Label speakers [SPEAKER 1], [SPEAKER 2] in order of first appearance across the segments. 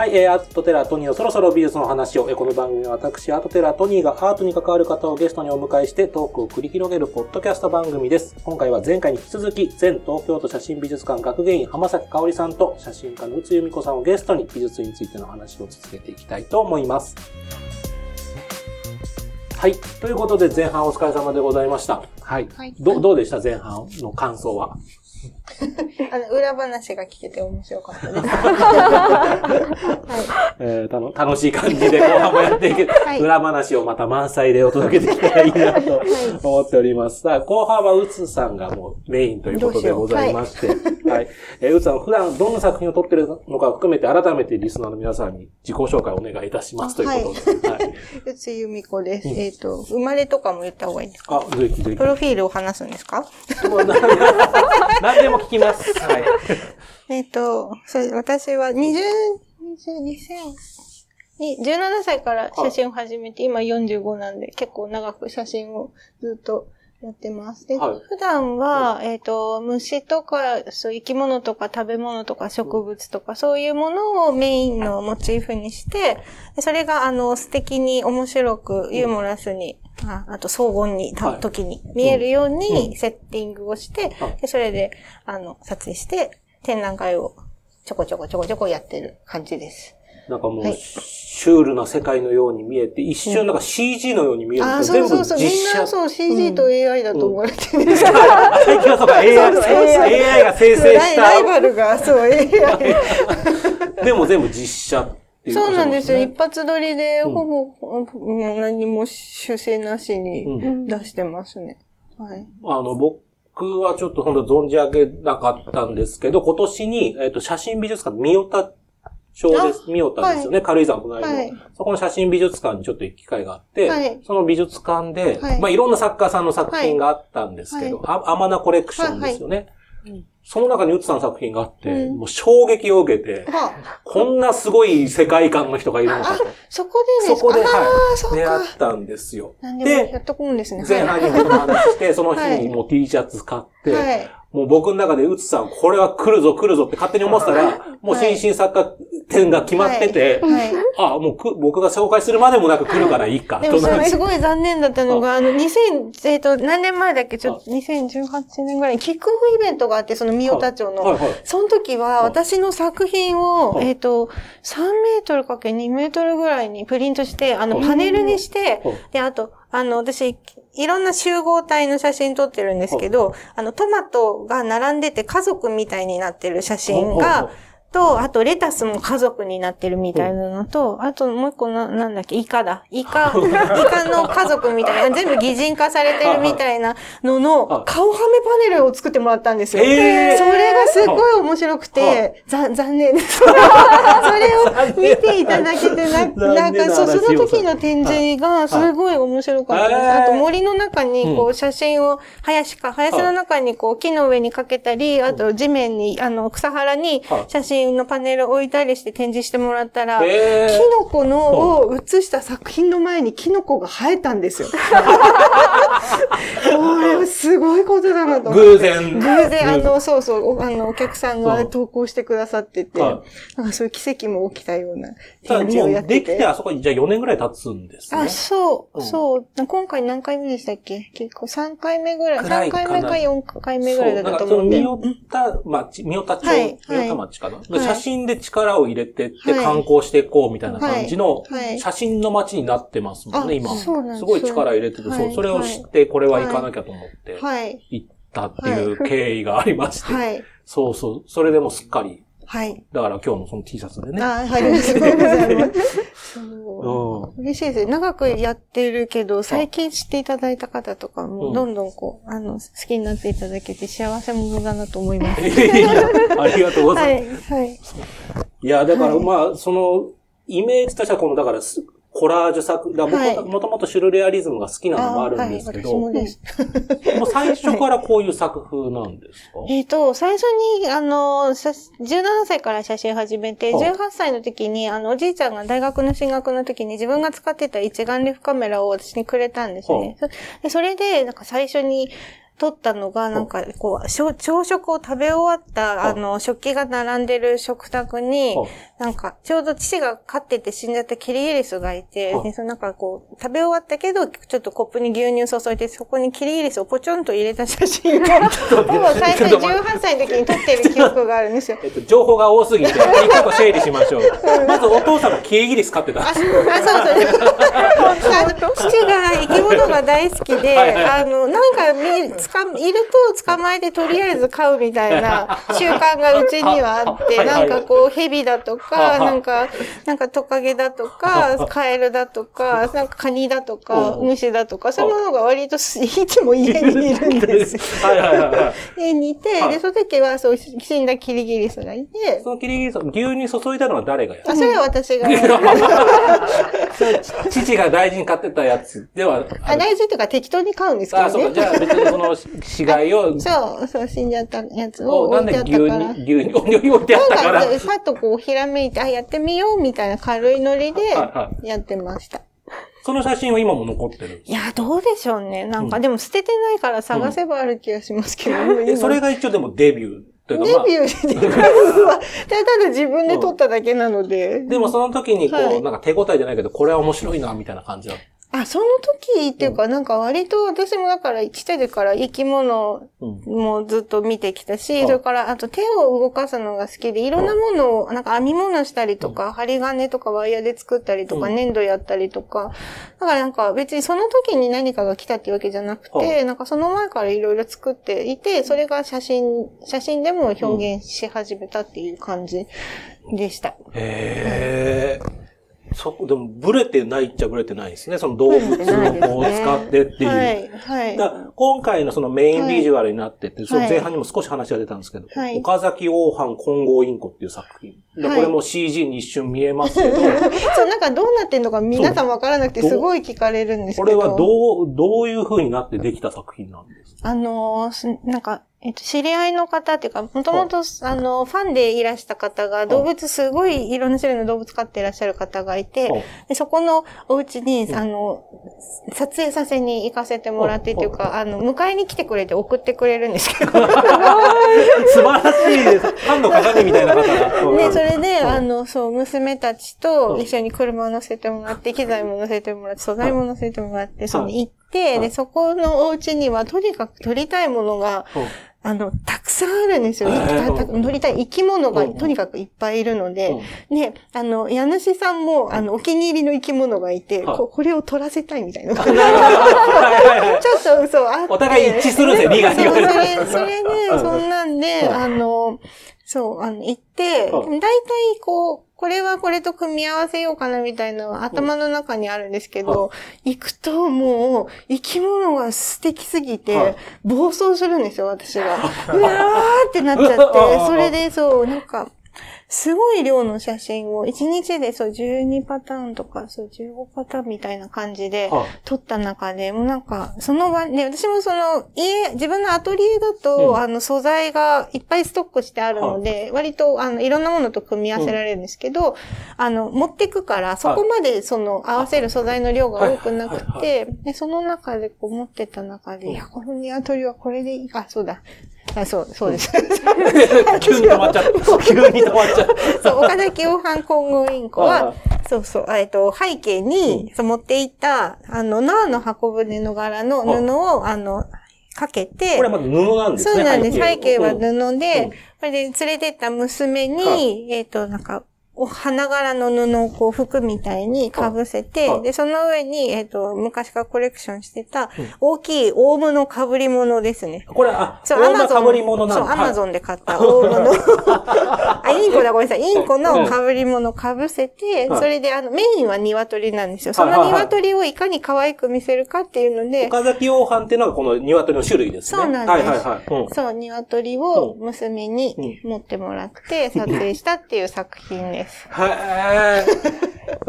[SPEAKER 1] はい、アートテラートニーのそろそろ美術の話を、この番組は私、アートテラートニーがアートに関わる方をゲストにお迎えしてトークを繰り広げるポッドキャスト番組です。今回は前回に引き続き、前東京都写真美術館学芸員浜崎香織さんと写真家の宇津由美子さんをゲストに美術についての話を続けていきたいと思います。はい。ということで前半お疲れ様でございました。はい。はい、どうでした前半の感想は。
[SPEAKER 2] 裏話が聞けて面白かったです。
[SPEAKER 1] はい楽しい感じで後半もやっていける、はい、裏話をまた満載でお届けできたらいいなと思っております。さあ、後半はうつさんがもうメインということでございまして、はい。うつさん普段どんな作品を撮ってるのか含めて改めてリスナーの皆さんに自己紹介をお願いいたしますということで。はい。
[SPEAKER 2] うつゆみこです。生まれとかも言った方がいいんですか？
[SPEAKER 1] ぜひぜひ。
[SPEAKER 2] プロフィールを話すんですか？
[SPEAKER 1] 何でも聞きます。はい。
[SPEAKER 2] 私は17歳から写真を始めて、今45なんで、結構長く写真をずっとやってます。で、はい、普段は、虫とか、そう生き物とか食べ物とか植物とか、そういうものをメインのモチーフにして、それが、素敵に面白く、ユーモラスに、あと荘厳に、時に見えるようにセッティングをして、でそれで、撮影して、展覧会をちょこちょこやってる感じです。
[SPEAKER 1] なんかもう、シュールな世界のように見えて、一瞬なんか CG のように見えるんですよ。全部実写。
[SPEAKER 2] みんなそう、CG と AI だと思われてるんです
[SPEAKER 1] よ。最近はそうか、AI が生成した。
[SPEAKER 2] ライバルが、そう、AI。
[SPEAKER 1] でも全部実写っていう、
[SPEAKER 2] そうなんですよ。一発撮りで、ほぼ、何も修正なしに出してますね。はい。
[SPEAKER 1] 僕はちょっと本当存じ上げなかったんですけど、今年に、写真美術館、三代賞です。三代ですよね。軽井沢の隣の、はい。そこの写真美術館にちょっと行く機会があって、はい、その美術館で、はい、いろんな作家さんの作品があったんですけど、アマナコレクションですよね。その中にうつさんの作品があって、もう衝撃を受けて、こんなすごい世界観の人がいるのかと。
[SPEAKER 2] そこでですか？
[SPEAKER 1] そこで、出会ったんですよ。
[SPEAKER 2] で、やっとくんですね。
[SPEAKER 1] 前半にもその話して、その日にもう T シャツ買って、もう僕の中でうつさん、これは来るぞって勝手に思ってたら、もう新進作家展が決まってて、もう僕が紹介するまでもなく来るからいいか。
[SPEAKER 2] でもそれすごい残念だったのが、何年前だっけ、ちょっと2018年ぐらいにキックオフイベントがあって、その三代町の。その時は私の作品を、3メートルかけ2メートルぐらいにプリントして、パネルにして、で、あと、私、いろんな集合体の写真撮ってるんですけど、トマトが並んでて家族みたいになってる写真が、あとレタスも家族になってるみたいなのと、あともう一個なんだっけ、イカだ。イカの家族みたいな、全部擬人化されてるみたいなのの顔はめパネルを作ってもらったんですよ。それがすっごい面白くて、残念です。それを見ていただけてなんかその時の展示がすごい面白かったです。あと森の中にこう写真を、林の中にこう木の上にかけたり、あと地面に、草原に写真のパネルを置いたりして展示してもらったら、キノコを写した作品の前にキノコが生えたんですよ。これはすごいことだなと思って。偶然、お客さんが投稿してくださってて、なんかそういう奇跡も起きたような展示をやってて。
[SPEAKER 1] できてあそこにじゃあ4年ぐらい経つんですね。
[SPEAKER 2] そう。今回何回目でしたっけ？結構3回目ぐらい。3回目か4回目ぐらいだったと思うんで。
[SPEAKER 1] 三代町、三代町かな。写真で力を入れてって観光していこうみたいな感じの写真の街になってますもんね、今。すごい力入れてて、それを知ってこれは行かなきゃと思って行ったっていう経緯がありまして。そう。それでもすっかり。だから今日もその T シャツでね。
[SPEAKER 2] ありがとうございます。嬉しいですね。長くやってるけど、最近知っていただいた方とかも、どんどん好きになっていただけて幸せ者だなと思います。
[SPEAKER 1] ありがとうございます。いや、だからその、イメージとしてはだから、コラージュ作、僕はもともとシュルレアリズムが好きなのもあるんですけど、もう最初からこういう作風なんですか？
[SPEAKER 2] 最初に、17歳から写真始めて、18歳の時に、おじいちゃんが大学の進学の時に自分が使ってた一眼レフカメラを私にくれたんですね。それで、なんか最初に撮ったのが、なんか、こう、朝食を食べ終わった、食器が並んでる食卓に、なんか、ちょうど父が飼ってて死んじゃったキリギリスがいて、で、なんかこう、食べ終わったけど、ちょっとコップに牛乳注いで、そこにキリギリスをポチョンと入れた写真が、ほぼ最初18歳の時に撮ってる記憶があるんですよ。
[SPEAKER 1] 情報が多すぎて、一個整理しましょう。まずお父さんがキリギリス飼ってた。
[SPEAKER 2] そう。父が生き物が大好きで、なんかいると捕まえてとりあえず飼うみたいな習慣がうちにはあって、なんかこう、蛇だとか、なんかトカゲだとか、カエルだとか、なんかカニだとか、虫だとか、そういうものが割といつも家にいるんですよ。家にいて、で、その時はそう、死んだキリギリスがいて、
[SPEAKER 1] そのキリギリス、牛乳注いだのは誰がやった？
[SPEAKER 2] それは私が。
[SPEAKER 1] 父が大事に飼ってたやつでは。
[SPEAKER 2] 大事とか適当に飼うんですけどね。
[SPEAKER 1] そうか。じゃあ別にその死骸を。
[SPEAKER 2] そう、死んじゃったやつを置いてあったから。
[SPEAKER 1] なんで牛乳置いてあったから。
[SPEAKER 2] なんか、さっとこう、ひらめいて、やってみようみたいな軽いノリで、やってました。
[SPEAKER 1] その写真は今も残ってる？
[SPEAKER 2] いや、どうでしょうね。なんか、でも捨ててないから探せばある気がしますけど。
[SPEAKER 1] それが一応でもデビュー。
[SPEAKER 2] デビューでは、ただ自分で撮っただけなので。
[SPEAKER 1] でもその時にこう、なんか手応えじゃないけど、これは面白いな、みたいな感じだった。
[SPEAKER 2] その時っていうか、なんか割と私もだからちっちゃい時から生き物もずっと見てきたし、それからあと手を動かすのが好きで、いろんなものをなんか編み物したりとか、針金とかワイヤーで作ったりとか、粘土やったりとか、だからなんか別にその時に何かが来たっていうわけじゃなくて、なんかその前からいろいろ作っていて、それが写真でも表現し始めたっていう感じでした。
[SPEAKER 1] へー。でも、ブレてないっちゃブレてないですね。その動物のを使ってっていう。
[SPEAKER 2] はい。
[SPEAKER 1] 今回のそのメインビジュアルになってて、その前半にも少し話が出たんですけど、岡崎黄藩金剛インコっていう作品。これも CG に一瞬見えますけど。そう、
[SPEAKER 2] なんかどうなってんのか皆さんわからなくてすごい聞かれるんですけど。
[SPEAKER 1] これはどういう風になってできた作品なんですか？
[SPEAKER 2] なんか、知り合いの方っていうか、もともと、ファンでいらした方が、動物、すごいいろんな種類の動物飼っていらっしゃる方がいて、でそこのお家に、撮影させに行かせてもらってっていうか、迎えに来てくれて送ってくれるんですけど。素
[SPEAKER 1] 晴らしいです。ファンの鏡みたいな方が。
[SPEAKER 2] ね、それで、そう、娘たちと一緒に車を乗せてもらって、機材も乗せてもらって、素材も乗せてもらって、その行って、で、そこのお家には、とにかく撮りたいものが、たくさんあるんですよ。撮りたい生き物がとにかくいっぱいいるので、ね、家主さんも、お気に入りの生き物がいて、これを撮らせたいみたいな。ちょっと嘘あって。
[SPEAKER 1] お互い一致するぜ、利害が。
[SPEAKER 2] それで、そんなんで、そう、行って、だいたいこれはこれと組み合わせようかなみたいなのは頭の中にあるんですけど、行くともう生き物が素敵すぎて、暴走するんですよ、私が。うわーってなっちゃって、それでそう、なんか、すごい量の写真を1日でそう12パターンとかそう15パターンみたいな感じで撮った中で、もうなんかその場ね、私もその自分のアトリエだと、素材がいっぱいストックしてあるので、割といろんなものと組み合わせられるんですけど、持ってくからそこまで合わせる素材の量が多くなくて、でその中でこう持ってた中で、いや、このニワトリはこれでいい。そうだ。そうです。
[SPEAKER 1] 急に止まっちゃった。
[SPEAKER 2] そう、岡崎黄藩金剛インコは、そう、背景に、持っていった、ノアの箱舟の柄の布を、かけて。
[SPEAKER 1] これはまず布なんですね。
[SPEAKER 2] そうなんです。背景は布で、これで連れてった娘に、なんか、花柄の布をこう服みたいに被せて、で、その上に、昔からコレクションしてた、大きいオウムの被り物ですね。
[SPEAKER 1] これ、
[SPEAKER 2] そう、
[SPEAKER 1] オウムの被り物なん
[SPEAKER 2] そう、アマゾンで買ったオウムの、インコだ、ごめんなさい。インコの被り物被せて、それで、メインは鶏なんですよ。その鶏をいかに可愛く見せるかっていうので。
[SPEAKER 1] 岡崎黄藩っていうのがこの鶏の種類ですね。
[SPEAKER 2] そうなんです。そう、鶏を娘に持ってもらって撮影したっていう作品です。
[SPEAKER 1] はい。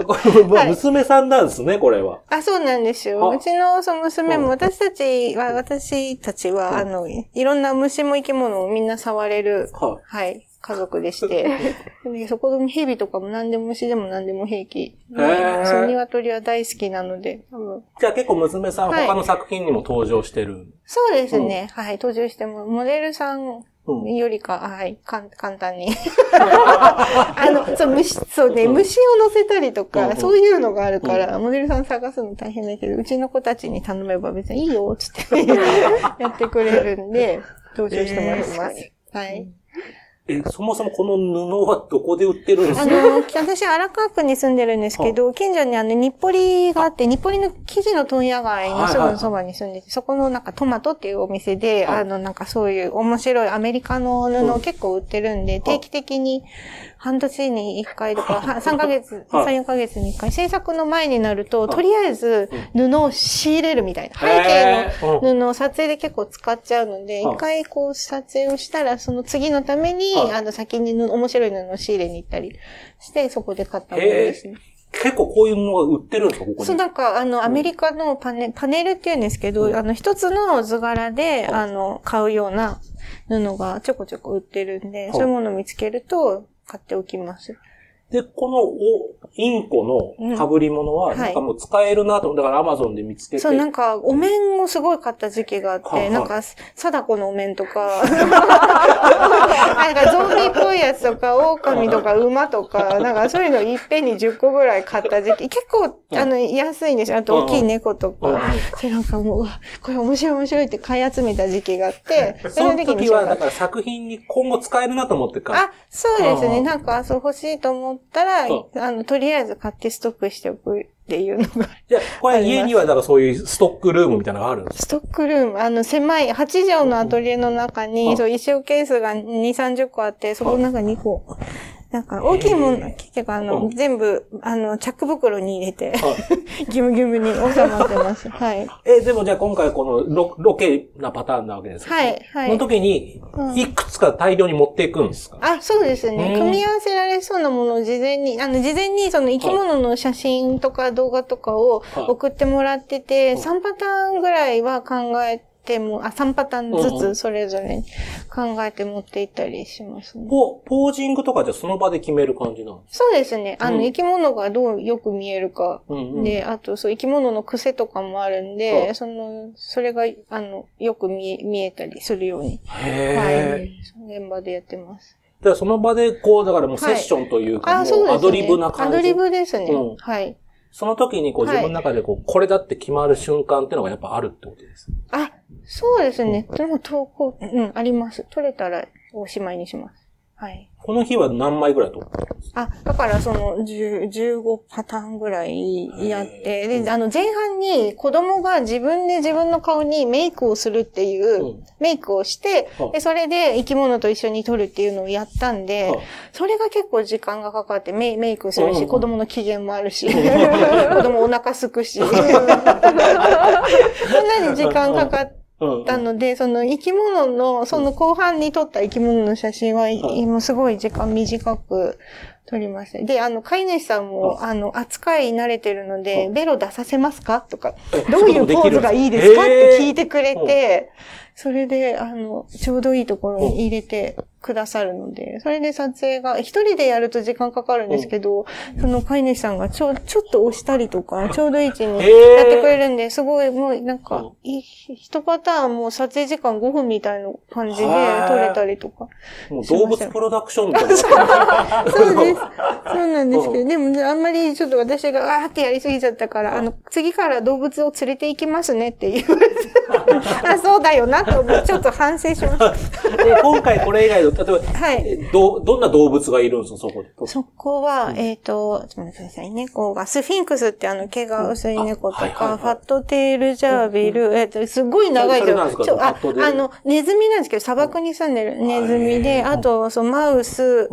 [SPEAKER 1] これ、娘さんなんですね、これは。
[SPEAKER 2] そうなんですよ。うちの娘も、私たちは、いろんな虫も生き物をみんな触れる、はい、 家族でして、でそこの蛇とかも何でも虫でも何でも平気。その鶏は大好きなので、多分。
[SPEAKER 1] じゃあ結構娘さんは他の作品にも登場してる、
[SPEAKER 2] そうですね。はい、登場しても、モデルさんよりか、はい、簡単に。そうね、虫を乗せたりとか、そういうのがあるから、モデルさん探すの大変だけど、うちの子たちに頼めば別にいいよ、つってやってくれるんで、登場してもらいます。はい。
[SPEAKER 1] そもそもこの布はどこで売ってるんですか？
[SPEAKER 2] 私、荒川区に住んでるんですけど、近所に日暮里があって、日暮里の生地の問屋街のすぐそばに住んでて、そこのなんかトマトっていうお店で、なんかそういう面白いアメリカの布を結構売ってるんで、定期的に半年に1回とか、3、4ヶ月に1回、制作の前になると、とりあえず布を仕入れるみたいな。背景の布を撮影で結構使っちゃうので、1回こう撮影をしたら、その次のために、先に面白い布を仕入れに行ったりして、そこで買ったものですね。
[SPEAKER 1] 結構こういうのが売ってるんですか、ここに？
[SPEAKER 2] そう、なんか、アメリカのパネルって言うんですけど、一つの図柄で、買うような布がちょこちょこ売ってるんで、そういうものを見つけると買っておきます。
[SPEAKER 1] で、このインコの被り物は、なんかもう使えるなと思だから Amazon で見つけて。
[SPEAKER 2] そう、なんか、お面をすごい買った時期があって、なんか、貞子のお面とか、なんかゾンビっぽいやつとか、狼とか馬とか、なんかそういうのいっぺんに10個ぐらい買った時期、結構、安いんですよ。あと、大きい猫とか。それなんかもう、これ面白いって買い集めた時期があって、
[SPEAKER 1] その時は、だから作品に今後使えるなと思って買う。
[SPEAKER 2] そうですね。なんか、そう欲しいと思ったら、とりあえず買ってストックしておくっていうのが。
[SPEAKER 1] じゃあ、これ家にはだからそういうストックルームみたいなのがあるんですか？
[SPEAKER 2] ストックルーム、狭い8畳のアトリエの中に、そう、衣装ケースが2、30個あって、そこの中にこう、なんか大きいもの、結局全部、チャック袋に入れて、ギュムギュムに収まってます。はい。
[SPEAKER 1] でもじゃあ今回このロケなパターンなわけですか？はい、はい。その時に、いくつか大量に持っていくんですか？
[SPEAKER 2] そうですね。組み合わせられそうなものを事前にその生き物の写真とか動画とかを送ってもらってて、3パターンぐらいは考えても、3パターンずつそれぞれ考えて持っていったりしますね。
[SPEAKER 1] ポージングとかじゃその場で決める感じなんですか？
[SPEAKER 2] そうですね。生き物がどうよく見えるか。で、あと、そう、生き物の癖とかもあるんで、それが、よく見えたりするように。はい。現場でやってます。
[SPEAKER 1] その場で、だからもうセッションというか、もうアドリブな感じ。
[SPEAKER 2] アドリブですね。はい。
[SPEAKER 1] その時に自分の中でこれだって決まる瞬間っていうのがやっぱあるってことです。
[SPEAKER 2] そうですね。でもあります。撮れたらおしまいにします。はい。
[SPEAKER 1] この日は何枚ぐらい撮ってるんですか？
[SPEAKER 2] だから15パターンぐらいやって、で、前半に子供が自分で自分の顔にメイクをするっていう、メイクをして、で、それで生き物と一緒に撮るっていうのをやったんで、それが結構時間がかかってメイクするし、子供の機嫌もあるし、子供お腹すくし、そんなに時間かかって、ので、その生き物の、その後半に撮った生き物の写真は、今すごい時間短く撮りました。で、飼い主さんも、扱い慣れてるので、ベロ出させますかとか、どういうポーズがいいですかって聞いてくれて、それで、ちょうどいいところに入れてくださるので、それで撮影が、一人でやると時間かかるんですけど、その飼い主さんがちょっと押したりとか、ちょうどいい位置にやってくれるんで、すごいもうなんか、一パターンもう撮影時間5分みたいな感じで撮れたりとか。
[SPEAKER 1] もう動物プロダクションみたいな。
[SPEAKER 2] そうです。そうなんですけど、でもあんまりちょっと私がわーってやりすぎちゃったから、次から動物を連れて行きますねって言われて、そうだよなと思って、ちょっと反省しました。
[SPEAKER 1] 今回これ以外の、例えば、はい。どんな動物がいるんですか、そこで。
[SPEAKER 2] そこは、ちょっと待ってください。猫が、スフィンクスって毛が薄い猫とか、ファットテールジャービル、すごい長いですよ。ネズミなんですけど、砂漠に住んでるネズミで、あと、マウス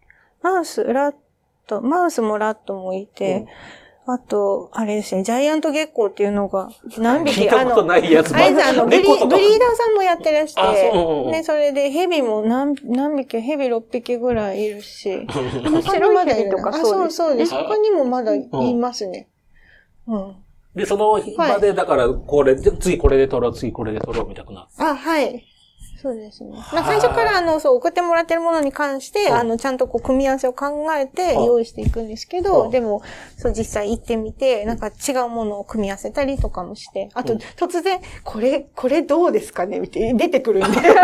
[SPEAKER 2] もラットもいて、あと、あれですね、ジャイアント月光っていうのが何匹、
[SPEAKER 1] 聞いたことないやつ
[SPEAKER 2] ブリーダーさんもやってらして、ね、それでヘビも何匹、ヘビ6匹ぐらいいるし、
[SPEAKER 3] 白いヘビとか
[SPEAKER 2] そうです。他にもまだいますね。
[SPEAKER 1] で、その場で、だから、次これで撮ろう、次これで撮ろう、みたいな。
[SPEAKER 2] はい。 そうですね。まあ最初からそう、送ってもらってるものに関して、ちゃんとこう、組み合わせを考えて用意していくんですけど、でも、そう、実際行ってみて、なんか違うものを組み合わせたりとかもして、あと、突然、これどうですかねみたいな、出てくるんで。その場合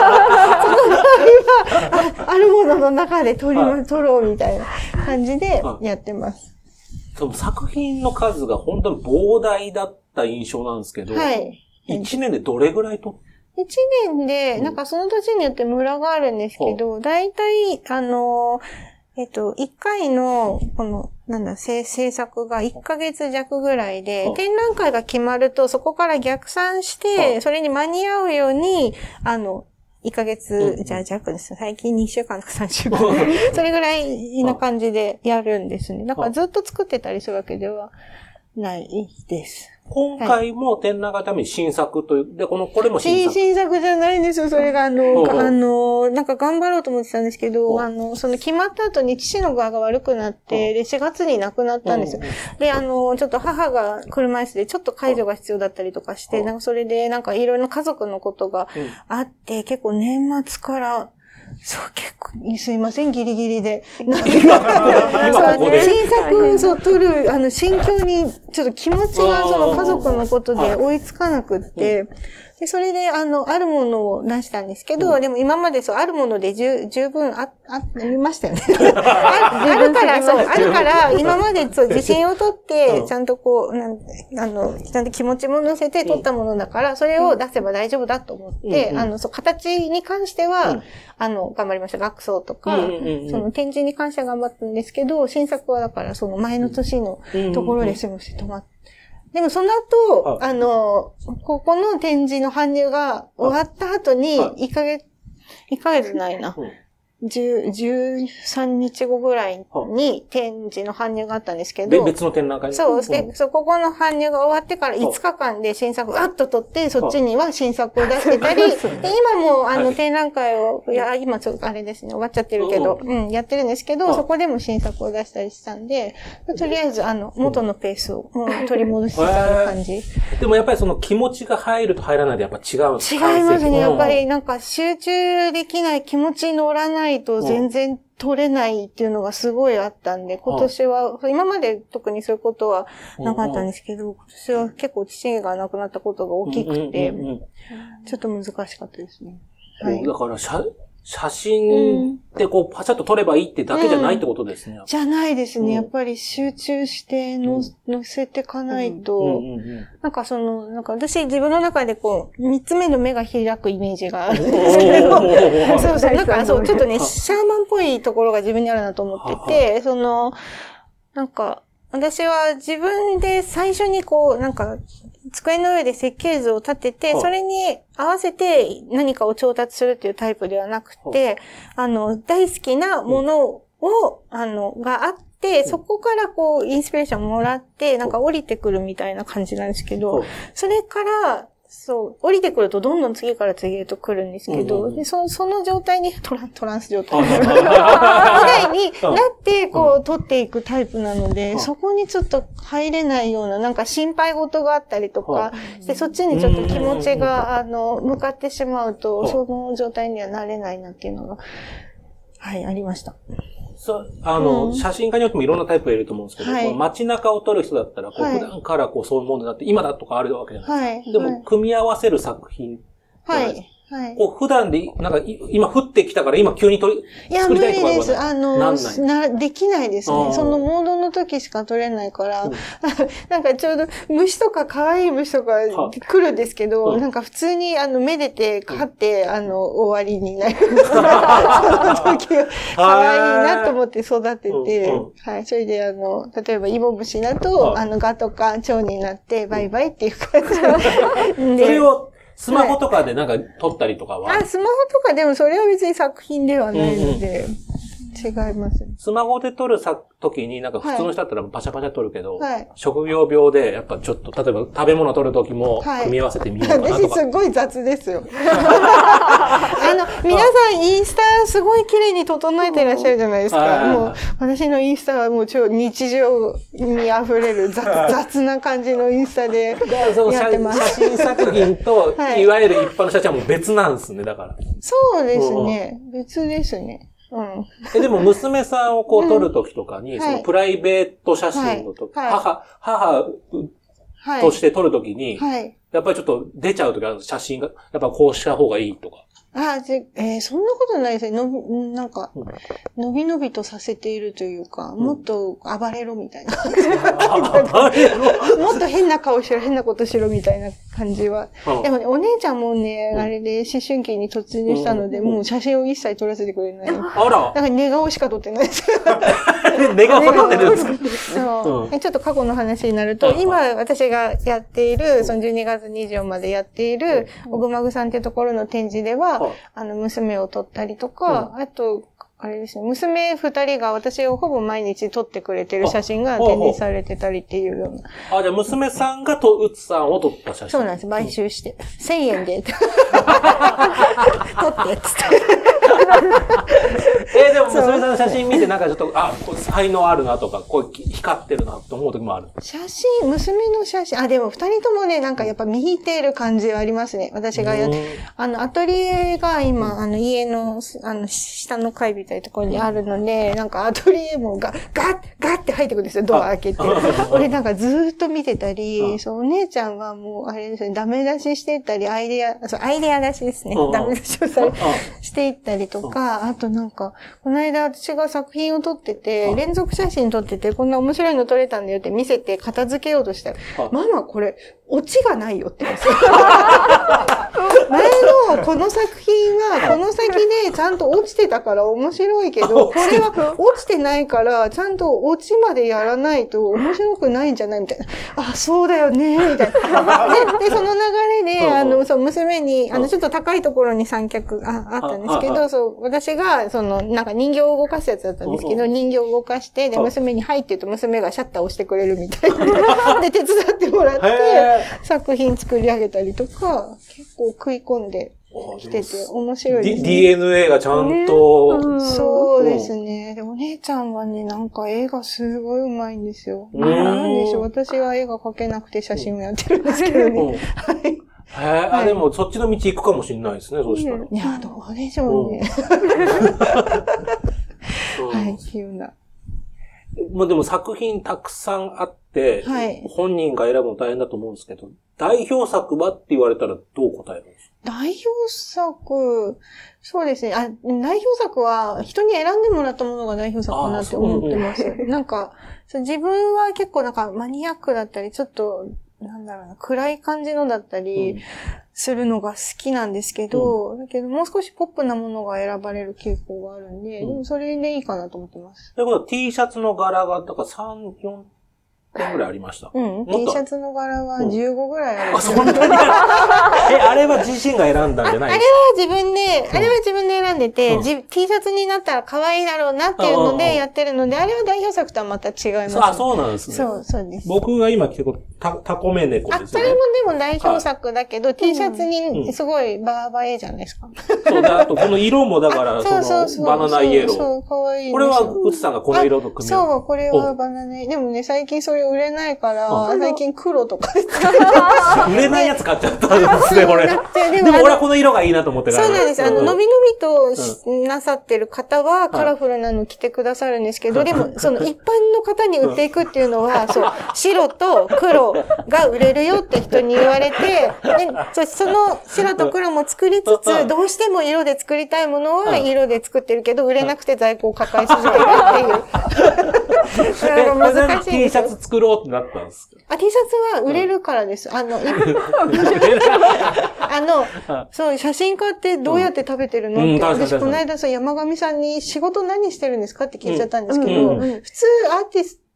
[SPEAKER 2] は、あるものの中で取ろうみたいな感じでやってます。
[SPEAKER 1] その作品の数が本当に膨大だった印象なんですけど、はい。1年でどれぐらいと
[SPEAKER 2] 1年で、なんかその年によってムラがあるんですけど、だいたい、1回の、制作が1ヶ月弱ぐらいで、展覧会が決まると、そこから逆算して、それに間に合うように、1ヶ月、じゃあ弱です。最近2週間とか3週間。それぐらいな感じでやるんですね。だからずっと作ってたりするわけではないです。
[SPEAKER 1] 今回も展覧会のために新作という、で、これも新作。
[SPEAKER 2] 新作じゃないんですよ。それがなんか頑張ろうと思ってたんですけど、その決まった後に父の具合が悪くなって、で、4月に亡くなったんですよ。で、ちょっと母が車椅子でちょっと介助が必要だったりとかして、なんかそれでなんかいろいろな家族のことがあって、結構年末から、そう、結構、すいません、ギリギリで。新作を撮る、心境に、ちょっと気持ちがその家族のことで追いつかなくって、で、それで、あるものを出したんですけど、でも今までそう、あるもので十分見ましたよね。あるから、今までそう、自信を取って、ちゃんとこう、ちゃんと気持ちも乗せて撮ったものだから、それを出せば大丈夫だと思って、そう、形に関しては、頑張りました。額装とか、その展示に関しては頑張ったんですけど、新作はだから、その前の年のところですぐ止まって、でもその後、ここの展示の搬入が終わった後に、1ヶ月ないな。13日後ぐらいに展示の搬入があったんですけど。
[SPEAKER 1] 別の展覧会
[SPEAKER 2] そうで、ここの搬入が終わってから5日間で新作をわっと撮って、そっちには新作を出してたり、で今も展覧会を、今ちょっとあれですね、終わっちゃってるけど、やってるんですけど、そこでも新作を出したりしたんで、とりあえず元のペースを取り戻してた感じ。
[SPEAKER 1] でもやっぱりその気持ちが入ると入らないでやっぱ違うんですか？
[SPEAKER 2] 違いますね。やっぱりなんか集中できない気持ちに乗らないと全然取れないっていうのがすごいあったんで、今年は、今まで特にそういうことはなかったんですけど、今年は結構父が亡くなったことが大きくて、ちょっと難しかったですね。
[SPEAKER 1] はい。だから写真ってこうパシャッと撮ればいいってだけじゃないってことですね。
[SPEAKER 2] じゃないですね。やっぱり集中して載せていかないと、なんか私自分の中でこう、3つ目の目が開くイメージがあるんですけど、そう、なんかそう、ちょっとね、シャーマンっぽいところが自分にあるなと思ってて、なんか、私は自分で最初にこう、なんか、机の上で設計図を立てて、それに合わせて何かを調達するっていうタイプではなくて、大好きなものを、があって、そこからこう、インスピレーションもらって、なんか降りてくるみたいな感じなんですけど、それから、そう、降りてくるとどんどん次から次へと来るんですけど、でその状態に、トランス状態みたいになって、こう、取っていくタイプなので、そこにちょっと入れないような、なんか心配事があったりとかして、そっちにちょっと気持ちが、向かってしまうと、その状態にはなれないなっていうのが、はい、ありました。
[SPEAKER 1] 写真家によってもいろんなタイプがいると思うんですけど、街中を撮る人だったら、普段からそういうものだって、今だとかあるわけじゃないですか。でも、組み合わせる作品。普段で、なんか、今降ってきたから今急に作りたいとかは
[SPEAKER 2] できないですね。そのモードの時しか撮れないから、なんかちょうど虫とか可愛い虫とか来るんですけど、なんか普通にめでて、飼って、終わりになる。その時可愛いなと思って育てて、はい。それで例えばイモムシだと、ガとか蝶になってバイバイっていう感じで。
[SPEAKER 1] それをスマホとかでなんか撮ったりとかは、
[SPEAKER 2] スマホとかでもそれは別に作品ではないので。 違います。
[SPEAKER 1] スマホで撮る時になんか普通の人だったらパシャパシャ撮るけど、職業病でやっぱちょっと、例えば食べ物撮る時も組み合わせてみようかなとか。
[SPEAKER 2] 私すごい雑ですよ。皆さんインスタすごい綺麗に整えていらっしゃるじゃないですか。もう、私のインスタはもう超日常に溢れる雑な感じのインスタでやってます。
[SPEAKER 1] 写真作品と、いわゆる一般の写真はもう別なんですね、だから。
[SPEAKER 2] そうですね。別ですね。
[SPEAKER 1] でも娘さんをこう撮るときとかに、そのプライベート写真のとき、母として撮るときに、やっぱりちょっと出ちゃうときあるんです、写真が。やっぱこうした方がいいとか。
[SPEAKER 2] そんなことないですね。なんか、のびのびとさせているというか、もっと暴れろみたいな。暴れろもっと変な顔しろ、変なことしろみたいな感じは。でもね、お姉ちゃんもね、あれで思春期に突入したので、もう写真を一切撮らせてくれない。
[SPEAKER 1] あら。
[SPEAKER 2] だから寝顔しか撮ってないです。
[SPEAKER 1] 寝顔撮ってるんですか？
[SPEAKER 2] そう。ちょっと過去の話になると、今私がやっている、その12月24までやっている、おぐまぐさんっていうところの展示では、娘を撮ったりとか、あと、あれですね、娘2人が私をほぼ毎日撮ってくれてる写真が展示されてたりっていうような。
[SPEAKER 1] じゃあ娘さんがうつさんを撮った写真？
[SPEAKER 2] そうなんです。買収して。1000円で。撮って、つって。
[SPEAKER 1] でも娘さんの写真見てなんかちょっと、これ才能あるなとか、こう光ってるなって思う時もある。
[SPEAKER 2] 娘の写真、でも2人ともね、なんかやっぱ見入っている感じはありますね。私がアトリエが今、家の、下の階みたいなところにあるので、なんかアトリエもガッって入ってくるんですよ、ドア開けて。俺なんかずーっと見てたり、そう、お姉ちゃんはもう、あれですね、ダメ出ししてたり、アイデア出しですね。ダメ出しをしていったりとか、あとなんか、この間私が作品を撮ってて、連続写真撮ってて、こんな面白いの撮れたんだよって見せて片付けようとしたら、ママこれ、オチがないよって言うんですよ。前のこの作品は、この先でちゃんと落ちてたから面白いけど、これは落ちてないから、ちゃんと落ちまでやらないと面白くないんじゃないみたいな。そうだよね、みたいな。で、その流れで、そう、娘に、ちょっと高いところに三脚あったんですけど、そう、私が、なんか人形を動かすやつだったんですけど、人形を動かして、で、娘に入って言うと娘がシャッターを押してくれるみたいな。で、手伝ってもらって、作品作り上げたりとか、結構食い込んできてて面白いですね。
[SPEAKER 1] DNA がちゃんと。
[SPEAKER 2] そうですね。で、お姉ちゃんはね、なんか絵がすごい上手いんですよ。なんでしょう。私は絵が描けなくて写真をやってるんですけどね。
[SPEAKER 1] はい。でもそっちの道行くかもしれないですね、そうしたら。
[SPEAKER 2] いや、どうでしょうね。はい、っていうような。
[SPEAKER 1] でも作品たくさんあって、本人が選ぶの大変だと思うんですけど、代表作はって言われたらどう答えるんですか？
[SPEAKER 2] 代表作、そうですね。代表作は人に選んでもらったものが代表作かなって思ってます。なんか、自分は結構なんかマニアックだったり、ちょっと、なんだろうな、暗い感じのだったりするのが好きなんですけど、だけどもう少しポップなものが選ばれる傾向があるんで、でもそれでいいかなと思ってます。
[SPEAKER 1] ということは T シャツの柄が、だから3、4点ぐらいありました。
[SPEAKER 2] T シャツの柄は15ぐらいある。
[SPEAKER 1] そんなにあれは自身が選んだんじゃないですか？
[SPEAKER 2] あれは自分で選んでて、T シャツになったら可愛いだろうなっていうのでやってるので、あれは代表作とはまた違います。
[SPEAKER 1] そうなんですね。
[SPEAKER 2] そうです。
[SPEAKER 1] 僕が今着てるタコ目猫ですよね。
[SPEAKER 2] それもでも代表作だけど、T シャツにすごいバーバエじゃないですか。
[SPEAKER 1] そうだ、あとこの色もだから、バナナイエロー。
[SPEAKER 2] そう、可愛い。
[SPEAKER 1] これは、うつさんがこの色と組み合わせ。
[SPEAKER 2] そう、これはバナナイエロー。でもね、最近それ売れないから、最近黒とか
[SPEAKER 1] 売れないやつ買っちゃったんですね、これ。でも俺はこの色がいいなと思ってから。
[SPEAKER 2] そうなんです。のびのびとなさってる方はカラフルなの着てくださるんですけど、でも、一般の方に売っていくっていうのは、そう、白と黒が売れるよって人に言われて、で、その白と黒も作りつつ、どうしても色で作りたいものは色で作ってるけど、売れなくて在庫を抱え続けるっていう。
[SPEAKER 1] 難しい。T シャツ作ろうってなったんですか？
[SPEAKER 2] T シャツは売れるからです。そう、写真家ってどうやって食べてるのって、私この間山上さんに仕事何してるんですかって聞いちゃったんですけど、普通アーティス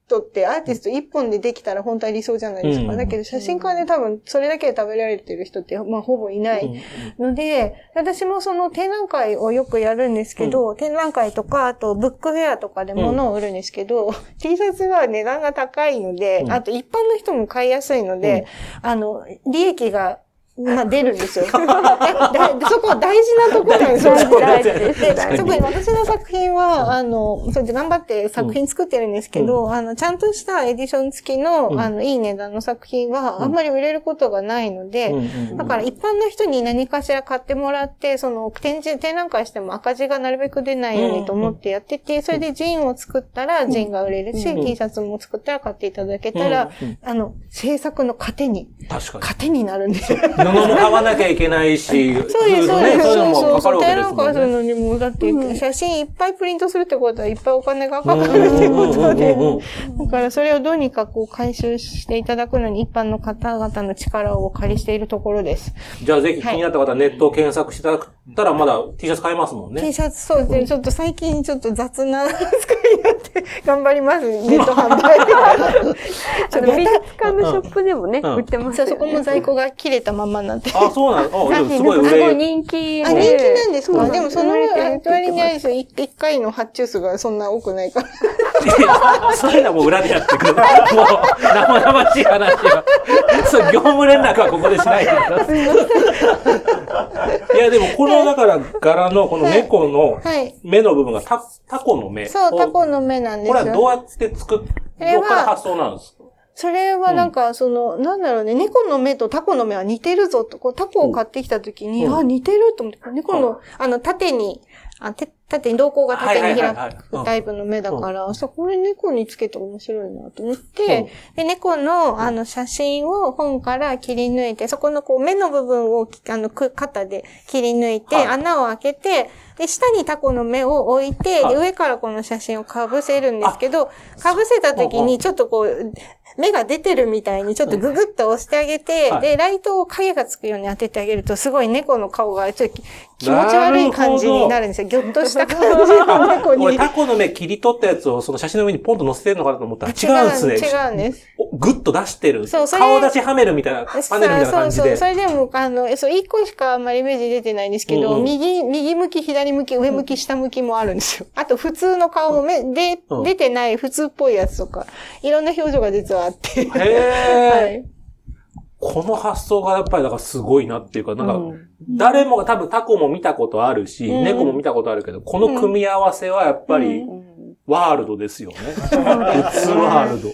[SPEAKER 2] トってアーティスト一本でできたら本当は理想じゃないですか。だけど写真家で多分それだけで食べられてる人ってまあほぼいないので、私もその展覧会をよくやるんですけど、展覧会とか、あとブックフェアとかで物を売るんですけど、T シャツは値段が高いので、あと一般の人も買いやすいので、利益がまあ出るんですよ。そこ大事なところなんですよ。大事です。そこに私の作品は、それで頑張って作品作ってるんですけど、ちゃんとしたエディション付きの、いい値段の作品は、あんまり売れることがないので、だから一般の人に何かしら買ってもらって、展覧会しても赤字がなるべく出ないようにと思ってやってて、それでジンを作ったらジンが売れるし、T シャツも作ったら買っていただけたら、制作の糧になるんですよ。
[SPEAKER 1] 布も買わなきゃいけないし、
[SPEAKER 2] そうです、そうです。そう展覧会するのにも、だって写真いっぱいプリントするってことはいっぱいお金がかかるってことで、だからそれをどうにか回収していただくのに一般の方々の力をお借りしているところです。
[SPEAKER 1] じゃあぜひ気になった方はネットを検索していただったらまだ T シャツ買えますもんね。
[SPEAKER 2] T シャツ、そうですね。ちょっと最近ちょっと雑な扱いになって頑張ります。ネット販売。
[SPEAKER 3] 美術館のショップでもね、売ってますよね。
[SPEAKER 2] そこも在庫が切れたままになって。
[SPEAKER 1] あ、そうなの？でもすごい売れる。
[SPEAKER 3] 人気。
[SPEAKER 2] 人気なんですか？でもその割にあれですよ、1回の発注数がそんな多くないから。
[SPEAKER 1] そういうのはもう裏でやってくる。もう、生々しい話は。そう、業務連絡はここでしないでください。いや、でもこの、だから、柄のこの猫の目の部分がタコの目。
[SPEAKER 2] そう、タコの目なんですよ。
[SPEAKER 1] これはどうやってどっから発想なんですか？
[SPEAKER 2] それはなんか、なんだろうね、猫の目とタコの目は似てるぞと、タコを買ってきたときに、似てると思って、猫の、縦に瞳孔が縦に開くタイプの目だから、これ猫につけて面白いなと思って、で、猫の写真を本から切り抜いて、そこの目の部分を肩で切り抜いて、穴を開けて、で、下にタコの目を置いて、で、上からこの写真を被せるんですけど、被せた時にちょっと目が出てるみたいにちょっとググッと押してあげて、で、ライトを影がつくように当ててあげると、すごい猫の顔がちょっと気持ち悪い感じになるんですよ。ぎょっとした感じの猫に。
[SPEAKER 1] 俺タコの目切り取ったやつをその写真の上にポンと載せてるのかなと思ったら違うんですね。
[SPEAKER 2] 違うんです。
[SPEAKER 1] グッと出してる。そう、顔出しはめるみたいな、パネルみたいな感じで。
[SPEAKER 2] それでも、一個しかあんまりイメージ出てないんですけど、右向き、左向き、上向き、下向きもあるんですよ。あと、普通の顔も出てない普通っぽいやつとか、いろんな表情が実はあって。
[SPEAKER 1] へー。はい。この発想がやっぱりだからすごいなっていうか、なんか、誰もが多分タコも見たことあるし、猫も見たことあるけど、この組み合わせはやっぱり、ワールドですよね。普通ワールド。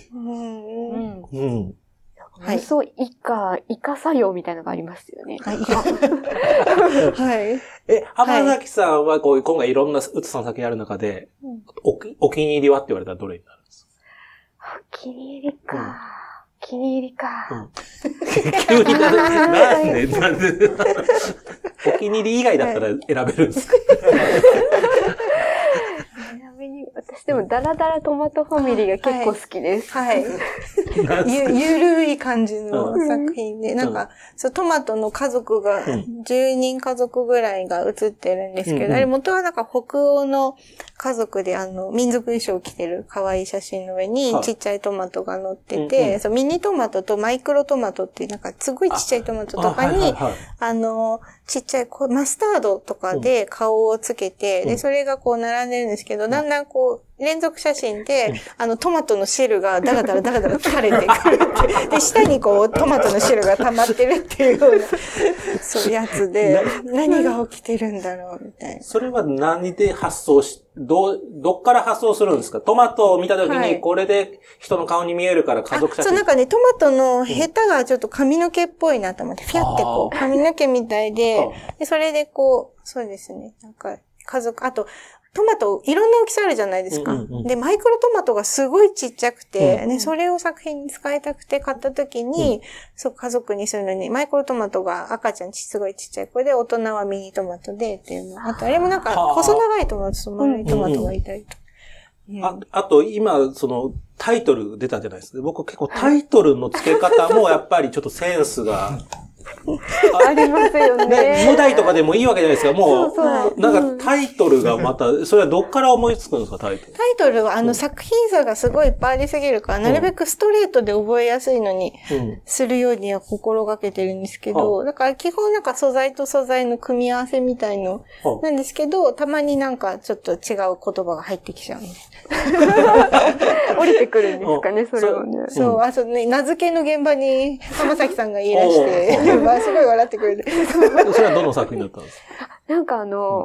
[SPEAKER 3] はい。そう、イカ作用みたいなのがありますよね。はい。
[SPEAKER 2] はい。
[SPEAKER 1] 浜崎さんは今回いろんなうつさん作品ある中で、お気に入りはって言われたらどれになるんですか？
[SPEAKER 3] お気に入りか。気に入りか。
[SPEAKER 1] 急になんでお気に入り以外だったら選べるんですか？
[SPEAKER 3] 私でもダラダラトマトファミリーが結構好きです。
[SPEAKER 2] はい。ゆるい感じの作品で、なんか、トマトの家族が、10人家族ぐらいが写ってるんですけど、あれ元はなんか北欧の家族で民族衣装を着てる可愛い写真の上にちっちゃいトマトが乗ってて、ミニトマトとマイクロトマトっていうなんかすごいちっちゃいトマトとかに、ちっちゃいマスタードとかで顔をつけて、で、それが並んでるんですけど、だんだん連続写真で、トマトの汁がダラダラ垂れてくるって。で、下にトマトの汁が溜まってるっていうような、そういうやつで、何が起きてるんだろうみたいな。
[SPEAKER 1] それは何で発想どっから発想するんですか？トマトを見たときに、これで人の顔に見えるから家族写真。
[SPEAKER 2] そう、なんかね、トマトのヘタがちょっと髪の毛っぽいなと思って、フィャって髪の毛みたいで、それでそうですね、なんか家族、あと、トマト、いろんな大きさあるじゃないですか。で、マイクロトマトがすごいちっちゃくて、ね、それを作品に使いたくて買った時に、家族にするのに、マイクロトマトが赤ちゃんすごいちっちゃい子で、大人はミニトマトでっていうの。あと、あれもなんか、細長いトマトと丸いトマトがいたりと。
[SPEAKER 1] あと、今、タイトル出たじゃないですか。僕結構タイトルの付け方もやっぱりちょっとセンスが
[SPEAKER 3] ありますよね。
[SPEAKER 1] ね、無題とかでもいいわけじゃないですか。もう、
[SPEAKER 3] そう
[SPEAKER 1] なんかタイトルがまた、それはどっから思いつくんですか、タイトル。
[SPEAKER 2] タイトルは作品数がすごいいっぱいありすぎるから、なるべくストレートで覚えやすいのにするようには心がけてるんですけど、だから基本なんか素材と素材の組み合わせみたいのなんですけど、たまになんかちょっと違う言葉が入ってきちゃうんで。
[SPEAKER 3] 降りてくるんですかね、それはね。
[SPEAKER 2] そう、そうね、名付けの現場に浜崎さんがいらして、すごい笑ってくれる。
[SPEAKER 1] それはどの作品だったんですか？
[SPEAKER 3] なんか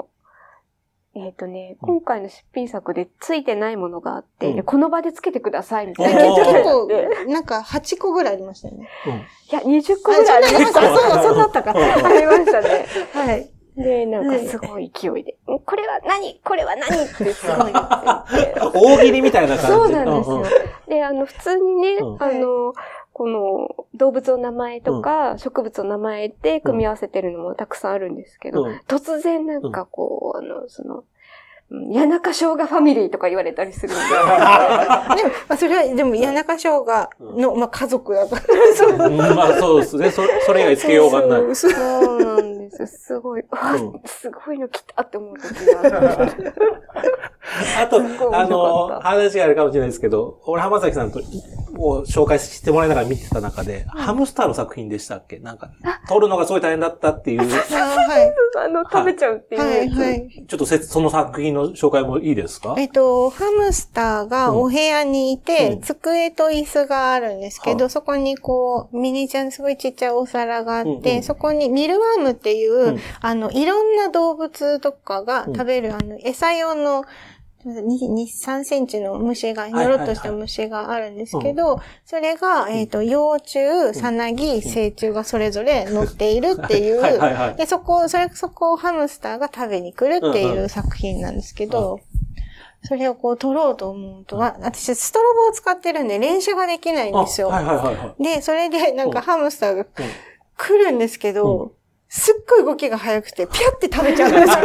[SPEAKER 3] 今回の出品作でついてないものがあって、この場でつけてくださいみたいな。
[SPEAKER 2] 結構、なんか8個ぐらいありましたよね。
[SPEAKER 3] いや、20個ぐらいありました。
[SPEAKER 2] そうだったか。
[SPEAKER 3] ありましたね。
[SPEAKER 2] はい。
[SPEAKER 3] で、なんかすごい勢いで、これは何ってすごい言ってて。
[SPEAKER 1] 大喜利みたいな感じ。
[SPEAKER 3] そうなんですよ。で、普通にね、この動物の名前とか植物の名前で組み合わせてるのもたくさんあるんですけど、突然なんかこう、谷中生姜ファミリーとか言われたりするんで。
[SPEAKER 2] でも、それは、でも谷中生姜の、家族だから。
[SPEAKER 1] そうですね。それ以外つけようがない。
[SPEAKER 3] そうなんです。すごい、すごいの来たって思う時がある。
[SPEAKER 1] あと、話があるかもしれないですけど、俺浜崎さんとを紹介してもらいながら見てた中で、ハムスターの作品でしたっけ？なんか、撮るのがすごい大変だったっていう。
[SPEAKER 2] はい。
[SPEAKER 3] 食べちゃうっていう。
[SPEAKER 2] はい。
[SPEAKER 1] ちょっとその作品の紹介もいいですか？
[SPEAKER 2] ハムスターがお部屋にいて、机と椅子があるんですけど、そこにこう、ミニチュアのすごいちっちゃいお皿があって、そこにミルワームっていう、いろんな動物とかが食べる、餌用の、3センチの虫が、ニョロっとした虫があるんですけど、それが、幼虫、さなぎ、成虫がそれぞれ乗っているっていう、で、そこをハムスターが食べに来るっていう作品なんですけど、それをこう撮ろうと思うとは、私ストロボを使ってるんで連写ができないんですよ。で、それでなんかハムスターが来るんですけど、すっごい動きが速くて、ピャって食べちゃうんですよ。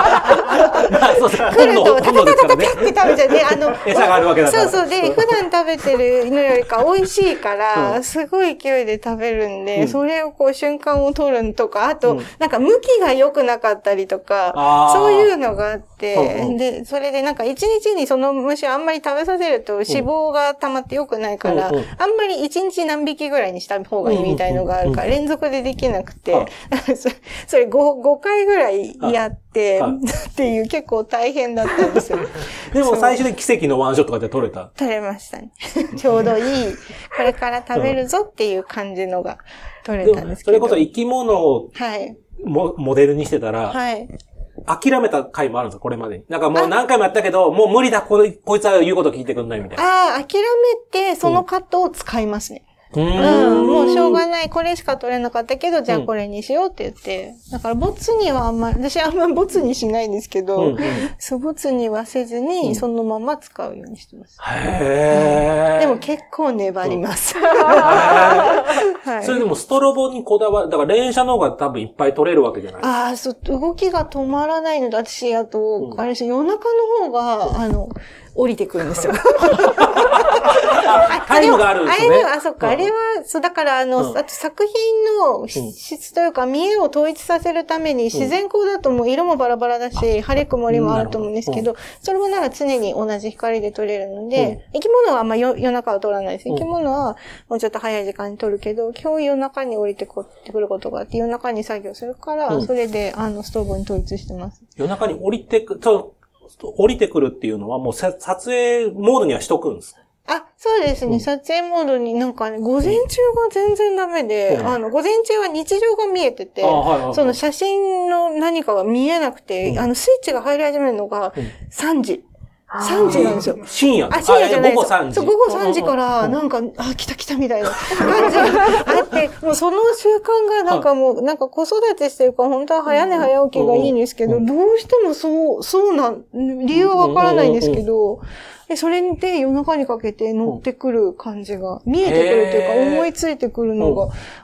[SPEAKER 2] 来ると、タタタタタピャって食べちゃう。で、
[SPEAKER 1] 餌があるわけだから。
[SPEAKER 2] そう。で、普段食べてるのよりか美味しいから、すごい勢いで食べるんで、それをこう瞬間を撮るとか、あと、なんか向きが良くなかったりとか、そういうのがあって、で、それでなんか一日にその虫をあんまり食べさせると脂肪が溜まって良くないから、あんまり一日何匹ぐらいにした方がいいみたいのがあるから、連続でできなくて、それ5回ぐらいやって、っていう結構大変だったんですよ。
[SPEAKER 1] でも最初で奇跡のワンショットが撮れた。
[SPEAKER 2] 撮れましたね。ちょうどいい、これから食べるぞっていう感じのが撮れたんですけど。
[SPEAKER 1] それこそ生き物をモデルにしてたら、諦めた回もあるんですか、これまでに。なんかもう何回もやったけど、もう無理だ、こいつは言うこと聞いてくんないみたいな。
[SPEAKER 2] 諦めて、そのカットを使いますね。もうしょうがない。これしか取れなかったけど、じゃあこれにしようって言って。だから、ボツには私あんまボツにしないんですけど、ボツにはせずに、そのまま使うようにしてます。でも結構粘ります。
[SPEAKER 1] それでもストロボにこだわる、だから連写の方が多分いっぱい撮れるわけじゃないですか。
[SPEAKER 2] 動きが止まらないので、私、あと、あれです、夜中の方が、降りてくるんですよ。
[SPEAKER 1] タイムがあるんですね。
[SPEAKER 2] あれは、だから、あと作品の質というか、見栄を統一させるために、自然光だともう色もバラバラだし、晴れ曇りもあると思うんですけど、それもなら常に同じ光で撮れるので、生き物はあんま夜中は撮らないです。生き物はもうちょっと早い時間に撮るけど、今日夜中に降りてくることがあって、夜中に作業するから、それで、ストーブに統一してます。
[SPEAKER 1] 夜中に降りてくるっていうのはもう撮影モードにはしとくんですか？
[SPEAKER 2] そうですね。撮影モードになんかね、午前中が全然ダメで、午前中は日常が見えてて、その写真の何かが見えなくて、スイッチが入り始めるのが3時。3時なんですよ。
[SPEAKER 1] 深夜
[SPEAKER 2] じゃないです。
[SPEAKER 1] 午後3時。
[SPEAKER 2] そう、午後3時から、なんか、来たみたいな感じがあって、もうその習慣がなんかもう、なんか子育てしてるから、本当は早寝早起きがいいんですけど、どうしても理由はわからないんですけど、それで夜中にかけて乗ってくる感じが、見えてくるというか、思いついてくるのがあって、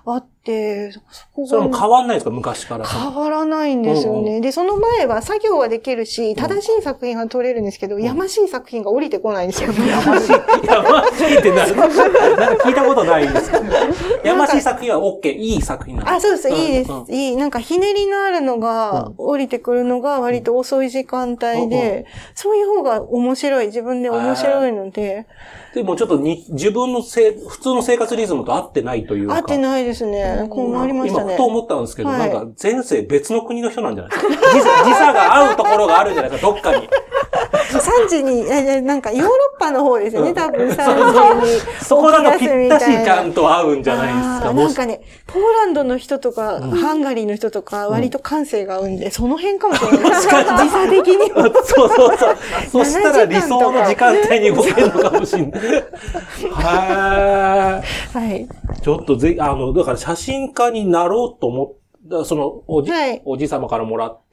[SPEAKER 2] て、
[SPEAKER 1] それも変わんないですか昔から。
[SPEAKER 2] 変わらないんですよね。で、その前は作業はできるし、正しい作品が撮れるんですけど、やましい作品が降りてこないんですよ。
[SPEAKER 1] やましいってなんか聞いたことないんですけど。やましい作品は OK、いい作品なんですか？
[SPEAKER 2] そうです、いいです。いい。なんかひねりのあるのが、降りてくるのが割と遅い時間帯で、そういう方が面白い、自分で面白いので。
[SPEAKER 1] でもちょっと自分の普通の生活リズムと合ってないというか。
[SPEAKER 2] 合ってないですね。困りましたね。
[SPEAKER 1] 今、ふと思ったんですけど、なんか前世別の国の人なんじゃないですか。時差が合うところがあるんじゃないですか、どっかに。
[SPEAKER 2] 3時に、なんかヨーロッパの方ですよね、多分3時に。
[SPEAKER 1] そこだとぴったしちゃんと合うんじゃないですか。
[SPEAKER 2] なんかね、ポーランドの人とか、ハンガリーの人とか、割と感性が合うんで、その辺かもしれない。時差的には。
[SPEAKER 1] そう。そしたら理想の時間帯に動けるのかもしれない。はい。ちょっとだから写真家になろうと思った、そのおじ様からもらって、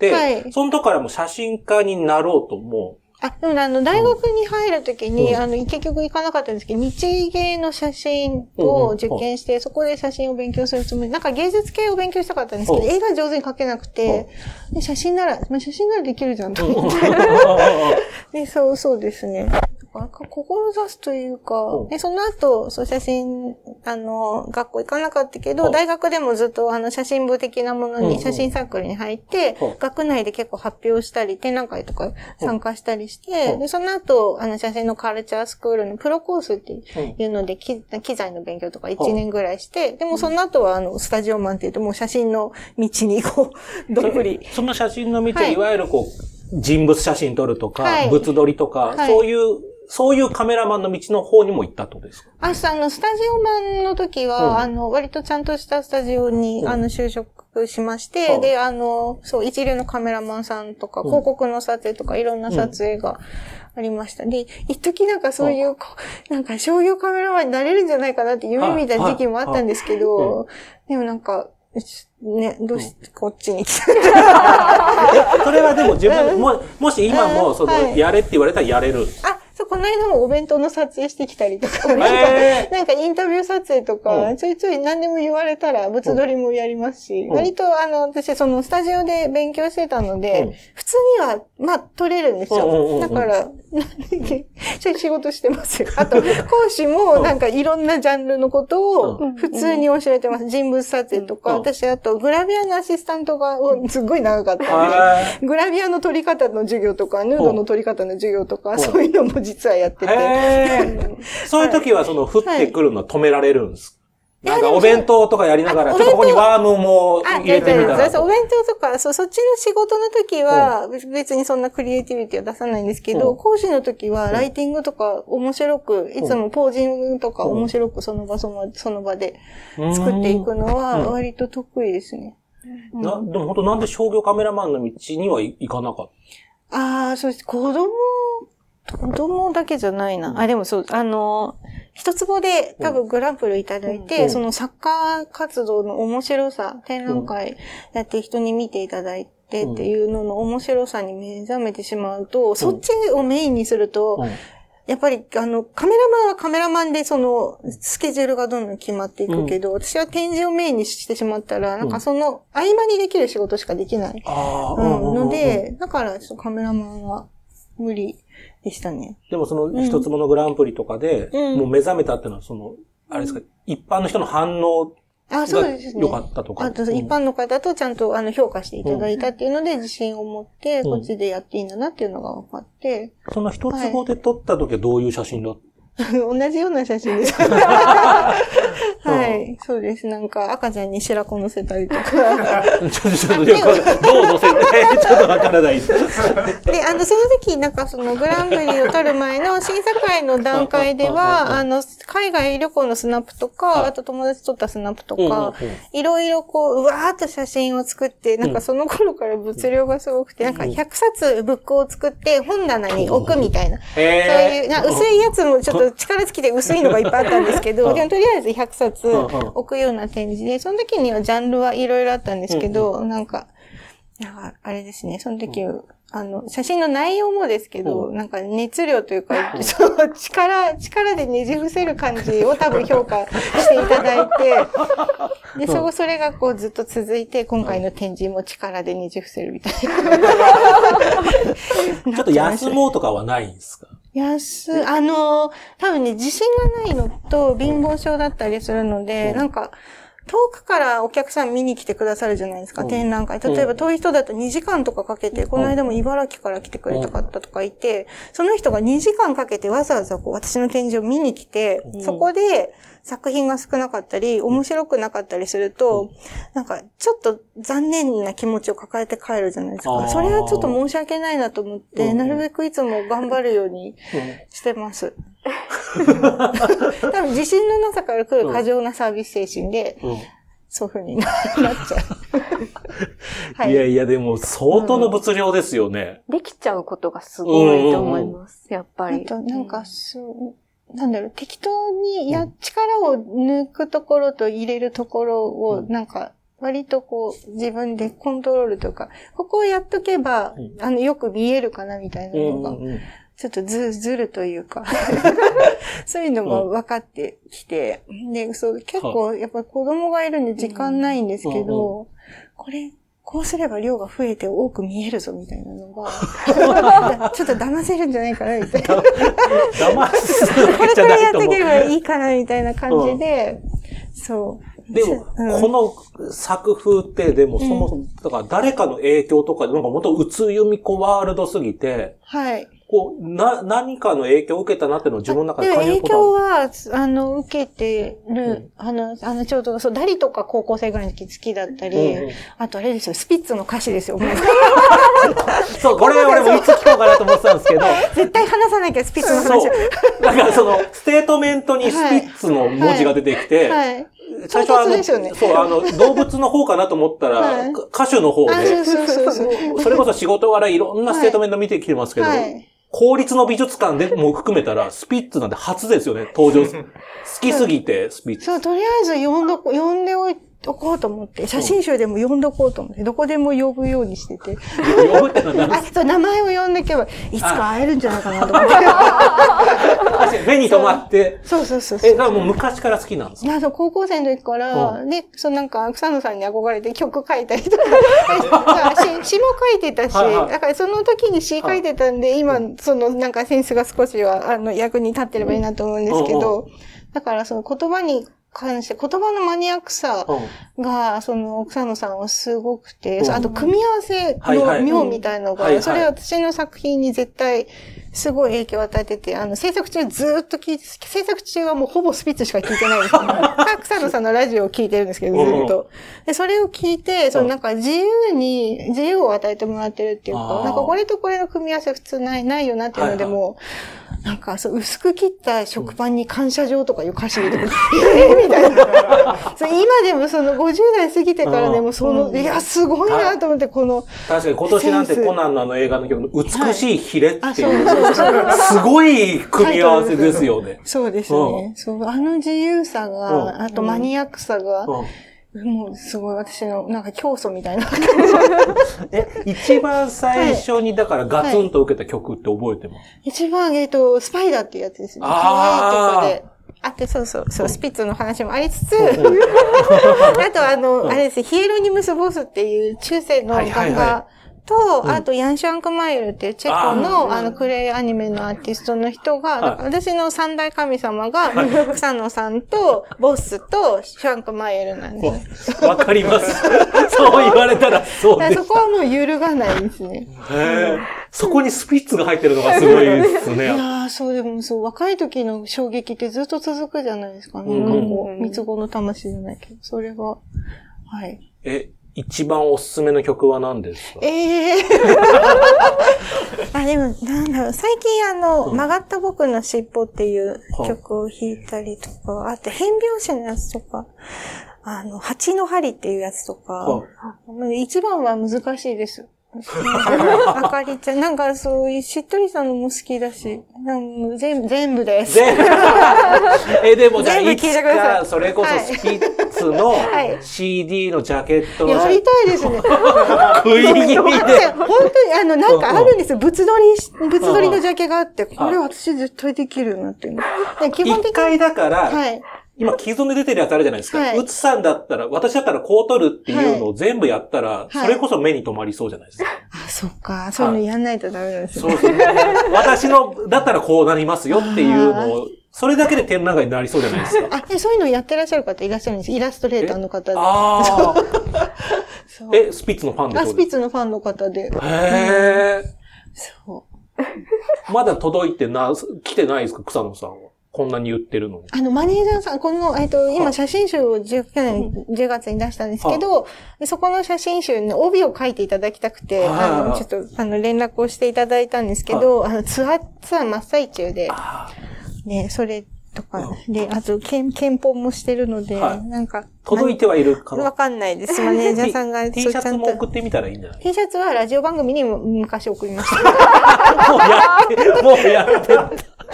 [SPEAKER 1] その時からも写真家になろうと思う。
[SPEAKER 2] でも大学に入るときに、結局行かなかったんですけど、日芸の写真を受験して、そこで写真を勉強するつもり、なんか芸術系を勉強したかったんですけど、絵が上手に描けなくて、で写真ならできるじゃんと思って。で、そうですね。志すというか、で、その後、写真、学校行かなかったけど、大学でもずっと写真部的なものに、写真サークルに入って、学内で結構発表したり、展覧会とか参加したりして、で、その後、写真のカルチャースクールのプロコースっていうので、機材の勉強とか1年ぐらいして、でもその後は、スタジオマンって言うと、もう写真の道にどっぷり。
[SPEAKER 1] その写真の道はいわゆる人物写真撮るとか、物撮りとか、そういうカメラマンの道の方にも行ったってことですか？
[SPEAKER 2] スタジオマンの時は、割とちゃんとしたスタジオに、就職しまして、で、一流のカメラマンさんとか、広告の撮影とか、いろんな撮影がありました。で、一時なんかそういう、なんか商業カメラマンになれるんじゃないかなって夢見た時期もあったんですけど、でもなんか、ね、どうしてこっちに来た
[SPEAKER 1] それはでも自分、もし今も、やれって言われたらやれる。
[SPEAKER 2] この間もお弁当の撮影してきたりとか、なんかインタビュー撮影とか、ちょいちょい何でも言われたら物撮りもやりますし、割と私スタジオで勉強してたので、普通には、撮れるんですよ。だから、仕事してますよ。あと、講師もなんかいろんなジャンルのことを普通に教えてます。人物撮影とか、私あとグラビアのアシスタントがすっごい長かったんで、グラビアの撮り方の授業とか、ヌードの撮り方の授業とか、そういうのも実はやってて。
[SPEAKER 1] そういう時は降ってくるのは止められるんですか？なんかお弁当とかやりながら、ちょっとここにワームも入れてみたら。
[SPEAKER 2] お弁当とか、そっちの仕事の時は、別にそんなクリエイティビティは出さないんですけど、講師の時は、ライティングとか面白く、いつもポージングとか面白くその場で作っていくのは、割と得意ですね。
[SPEAKER 1] でも本当なんで商業カメラマンの道には行かなかった？
[SPEAKER 2] そうです。子供だけじゃないな。でもそう、一坪で多分グランプリいただいて、そのサッカー活動の面白さ、展覧会やって人に見ていただいてっていうのの面白さに目覚めてしまうと、そっちをメインにすると、やっぱり、カメラマンはカメラマンで、スケジュールがどんどん決まっていくけど、私は展示をメインにしてしまったら、なんか合間にできる仕事しかできない。ので、だから、カメラマンは無理でしたね。
[SPEAKER 1] でも一つものグランプリとかで、もう目覚めたっていうのは、あれですか、一般の人の反応
[SPEAKER 2] そうですね。
[SPEAKER 1] 良かったとか。
[SPEAKER 2] 一般の方とちゃんと評価していただいたっていうので自信を持って、こっちでやっていいんだなっていうのが分かって。
[SPEAKER 1] その一坪で撮った時はどういう写真だった？
[SPEAKER 2] 同じような写真です。はい。そうです。なんか赤ちゃんに白子乗せたりとか。
[SPEAKER 1] ちょっと、どう乗せて、ちょっとわからないです。
[SPEAKER 2] で、その時、なんかグランプリを取る前の審査会の段階では、海外旅行のスナップとか、あと友達撮ったスナップとか、いろいろうわーっと写真を作って、なんかその頃から物量がすごくて、なんか100冊ブックを作って本棚に置くみたいな。そういう、薄いやつもちょっと力尽きて薄いのがいっぱいあったんですけど、でもとりあえず100冊置くような展示で、その時にはジャンルはいろいろあったんですけど、なんかあれですね、その時、 写真の内容もですけど、なんか熱量というか、その力でねじ伏せる感じを多分評価していただいて、で、それがこうずっと続いて、今回の展示も力でねじ伏せるみたいな。
[SPEAKER 1] ちょっと休もうとかはないんですか？
[SPEAKER 2] 多分ね、自信がないのと貧乏症だったりするので、なんか、遠くからお客さん見に来てくださるじゃないですか、展覧会。例えば遠い人だと2時間とかかけて、この間も茨城から来てくれた方とかいて、その人が2時間かけてわざわざこう私の展示を見に来て、そこで作品が少なかったり、面白くなかったりすると、なんかちょっと残念な気持ちを抱えて帰るじゃないですか。それはちょっと申し訳ないなと思って、なるべくいつも頑張るようにしてます。多分自信のなさから来る過剰なサービス精神で、そういう風になっちゃう。はい、
[SPEAKER 1] いや、でも相当の物量ですよね。
[SPEAKER 3] できちゃうことがすごいと思います、やっぱり。
[SPEAKER 2] あと、なんかなんだろう、適当に力を抜くところと入れるところを、なんか、割とこう、自分でコントロールとか、ここをやっとけば、よく見えるかなみたいなのが、ちょっとずるというか、そういうのも分かってきて、で、結構、やっぱ子供がいるんで時間ないんですけど、こうすれば量が増えて多く見えるぞみたいなのが、ちょっと騙せるんじゃないかなみたいな。
[SPEAKER 1] 騙す
[SPEAKER 2] これからやっていけばいいかなみたいな感じで、そう。
[SPEAKER 1] でも、この作風って、でもそもそも、だから誰かの影響とかで、なんかもっと宇津由美子ワールドすぎて、
[SPEAKER 2] はい。
[SPEAKER 1] こう、何かの影響を受けたなっていうのを自分の中で感じること
[SPEAKER 2] 影響は、受けてる、ちょうど、ダリとか高校生ぐらいの時好きだったり、あとあれですよ、スピッツの歌詞ですよ、
[SPEAKER 1] そう、これ俺もいつ聞こうかなと思ってたんですけど。
[SPEAKER 2] 絶対話さなきゃ、スピッツの話。
[SPEAKER 1] そう。だからステートメントにスピッツの文字が出てきて、
[SPEAKER 2] はい。
[SPEAKER 1] 最初は動物の方かなと思ったら、歌手の方で、それこそ仕事柄いろんなステートメント見てきてますけど、公立の美術館でも含めたら、スピッツなんて初ですよね、登場。好きすぎて、スピッツ。
[SPEAKER 2] そう、とりあえず呼んでおこうと思って、写真集でも呼んどこうと思って、どこでも呼ぶようにしてて。
[SPEAKER 1] 呼ぶってのは何ですか？
[SPEAKER 2] 名前を呼んでけば、いつか会えるんじゃないかなと思って。
[SPEAKER 1] 確かに目に留まって。
[SPEAKER 2] そう。
[SPEAKER 1] だからもう昔から好きなんですか？
[SPEAKER 2] いや、高校生の時から、で、なんか、草野さんに憧れて曲書いたりとか、詩も書いてたし、だからその時に詩書いてたんで、今、なんかセンスが少しは、役に立ってればいいなと思うんですけど、だから言葉に関して、言葉のマニアックさが、草野さんはすごくて、あと組み合わせの妙みたいのが、それは私の作品に絶対すごい影響を与えてて、制作中ずーっと制作中はもうほぼスピッツしか聞いてないですね。草野さんのラジオを聞いてるんですけど、ずっと。で、それを聞いて、なんか自由を与えてもらってるっていうか、なんかこれとこれの組み合わせ普通ないよなっていうのでも、なんか、薄く切った食パンに感謝状とかいう歌詞入れてくる。みたいな。今でも50代過ぎてからでもいや、すごいなと思って、確
[SPEAKER 1] かに今年なんてコナンの映画の曲の美しいヒレっていう、すごい組み合わせですよね。
[SPEAKER 2] そうですね。自由さが、あとマニアックさが、もうすごい私のなんか教祖みたいな感じ。
[SPEAKER 1] 一番最初にだからガツンと受けた曲って覚えてます？
[SPEAKER 2] 一番スパイダーっていうやつですね。可愛い曲で。あって、そう、スピッツの話もありつつ、あとあれですね、ヒエロニムス・ボスっていう中世の画家と、あと、ヤン・シュアンクマイルっていうチェコの、クレイアニメのアーティストの人が、私の三大神様が、草野さんと、ボスと、シュアンクマイルなんで。
[SPEAKER 1] わかります。そう言われたらそうです。
[SPEAKER 2] そこはもう揺るがないですね。
[SPEAKER 1] そこにスピッツが入ってるのがすごいですね。
[SPEAKER 2] いやでも若い時の衝撃ってずっと続くじゃないですかね。三つ子の魂じゃないけど、それは、はい。
[SPEAKER 1] 一番おすすめの曲は何ですか？
[SPEAKER 2] でも、なんだろう、最近曲がった僕の尻尾っていう曲を弾いたりとか、あと変拍子のやつとか、蜂の針っていうやつとか、一番は難しいです。あかりちゃん、なんかそういうしっとりしたのも好きだし、全部です。
[SPEAKER 1] でもじゃあいつかそれこそスピッツの CD のジャケットの
[SPEAKER 2] やりたいですね。
[SPEAKER 1] 食い気味で。
[SPEAKER 2] 本当になんかあるんですよ。物撮りのジャケがあって、これ私絶対できるなっていうの。
[SPEAKER 1] 基本的に。一回だから、
[SPEAKER 2] はい。
[SPEAKER 1] 今、既存で出てるやつあるじゃないですか。うつさんだったら、私だったらこう撮るっていうのを全部やったら、それこそ目に留まりそうじゃないですか。
[SPEAKER 2] あ、そっか。そういうのやんないとダメなんです
[SPEAKER 1] よ。そうそう。私の、だったらこうなりますよっていうのを、それだけで展覧会になりそうじゃないですか。
[SPEAKER 2] そういうのやってらっしゃる方いらっしゃるんです。イラストレーターの方で。
[SPEAKER 1] スピッツのファンで
[SPEAKER 2] スピッツのファンの方で。
[SPEAKER 1] へー。
[SPEAKER 2] そう。
[SPEAKER 1] まだ届いて来てないですか、草野さんは。こんなに言ってるのに。
[SPEAKER 2] マネージャーさん、今写真集を去年10月に出したんですけど、そこの写真集の帯を書いていただきたくて、ちょっと、連絡をしていただいたんですけど、ツアー真っ最中で、ね、それとか、で、あと、憲法もしてるので、なんか、
[SPEAKER 1] 届いてはいるかな？
[SPEAKER 2] わかんないです。マネージャーさんが。
[SPEAKER 1] T シャツも送ってみたらいいんじゃない？
[SPEAKER 2] T シャツはラジオ番組にも昔送りました。
[SPEAKER 1] もうやってた。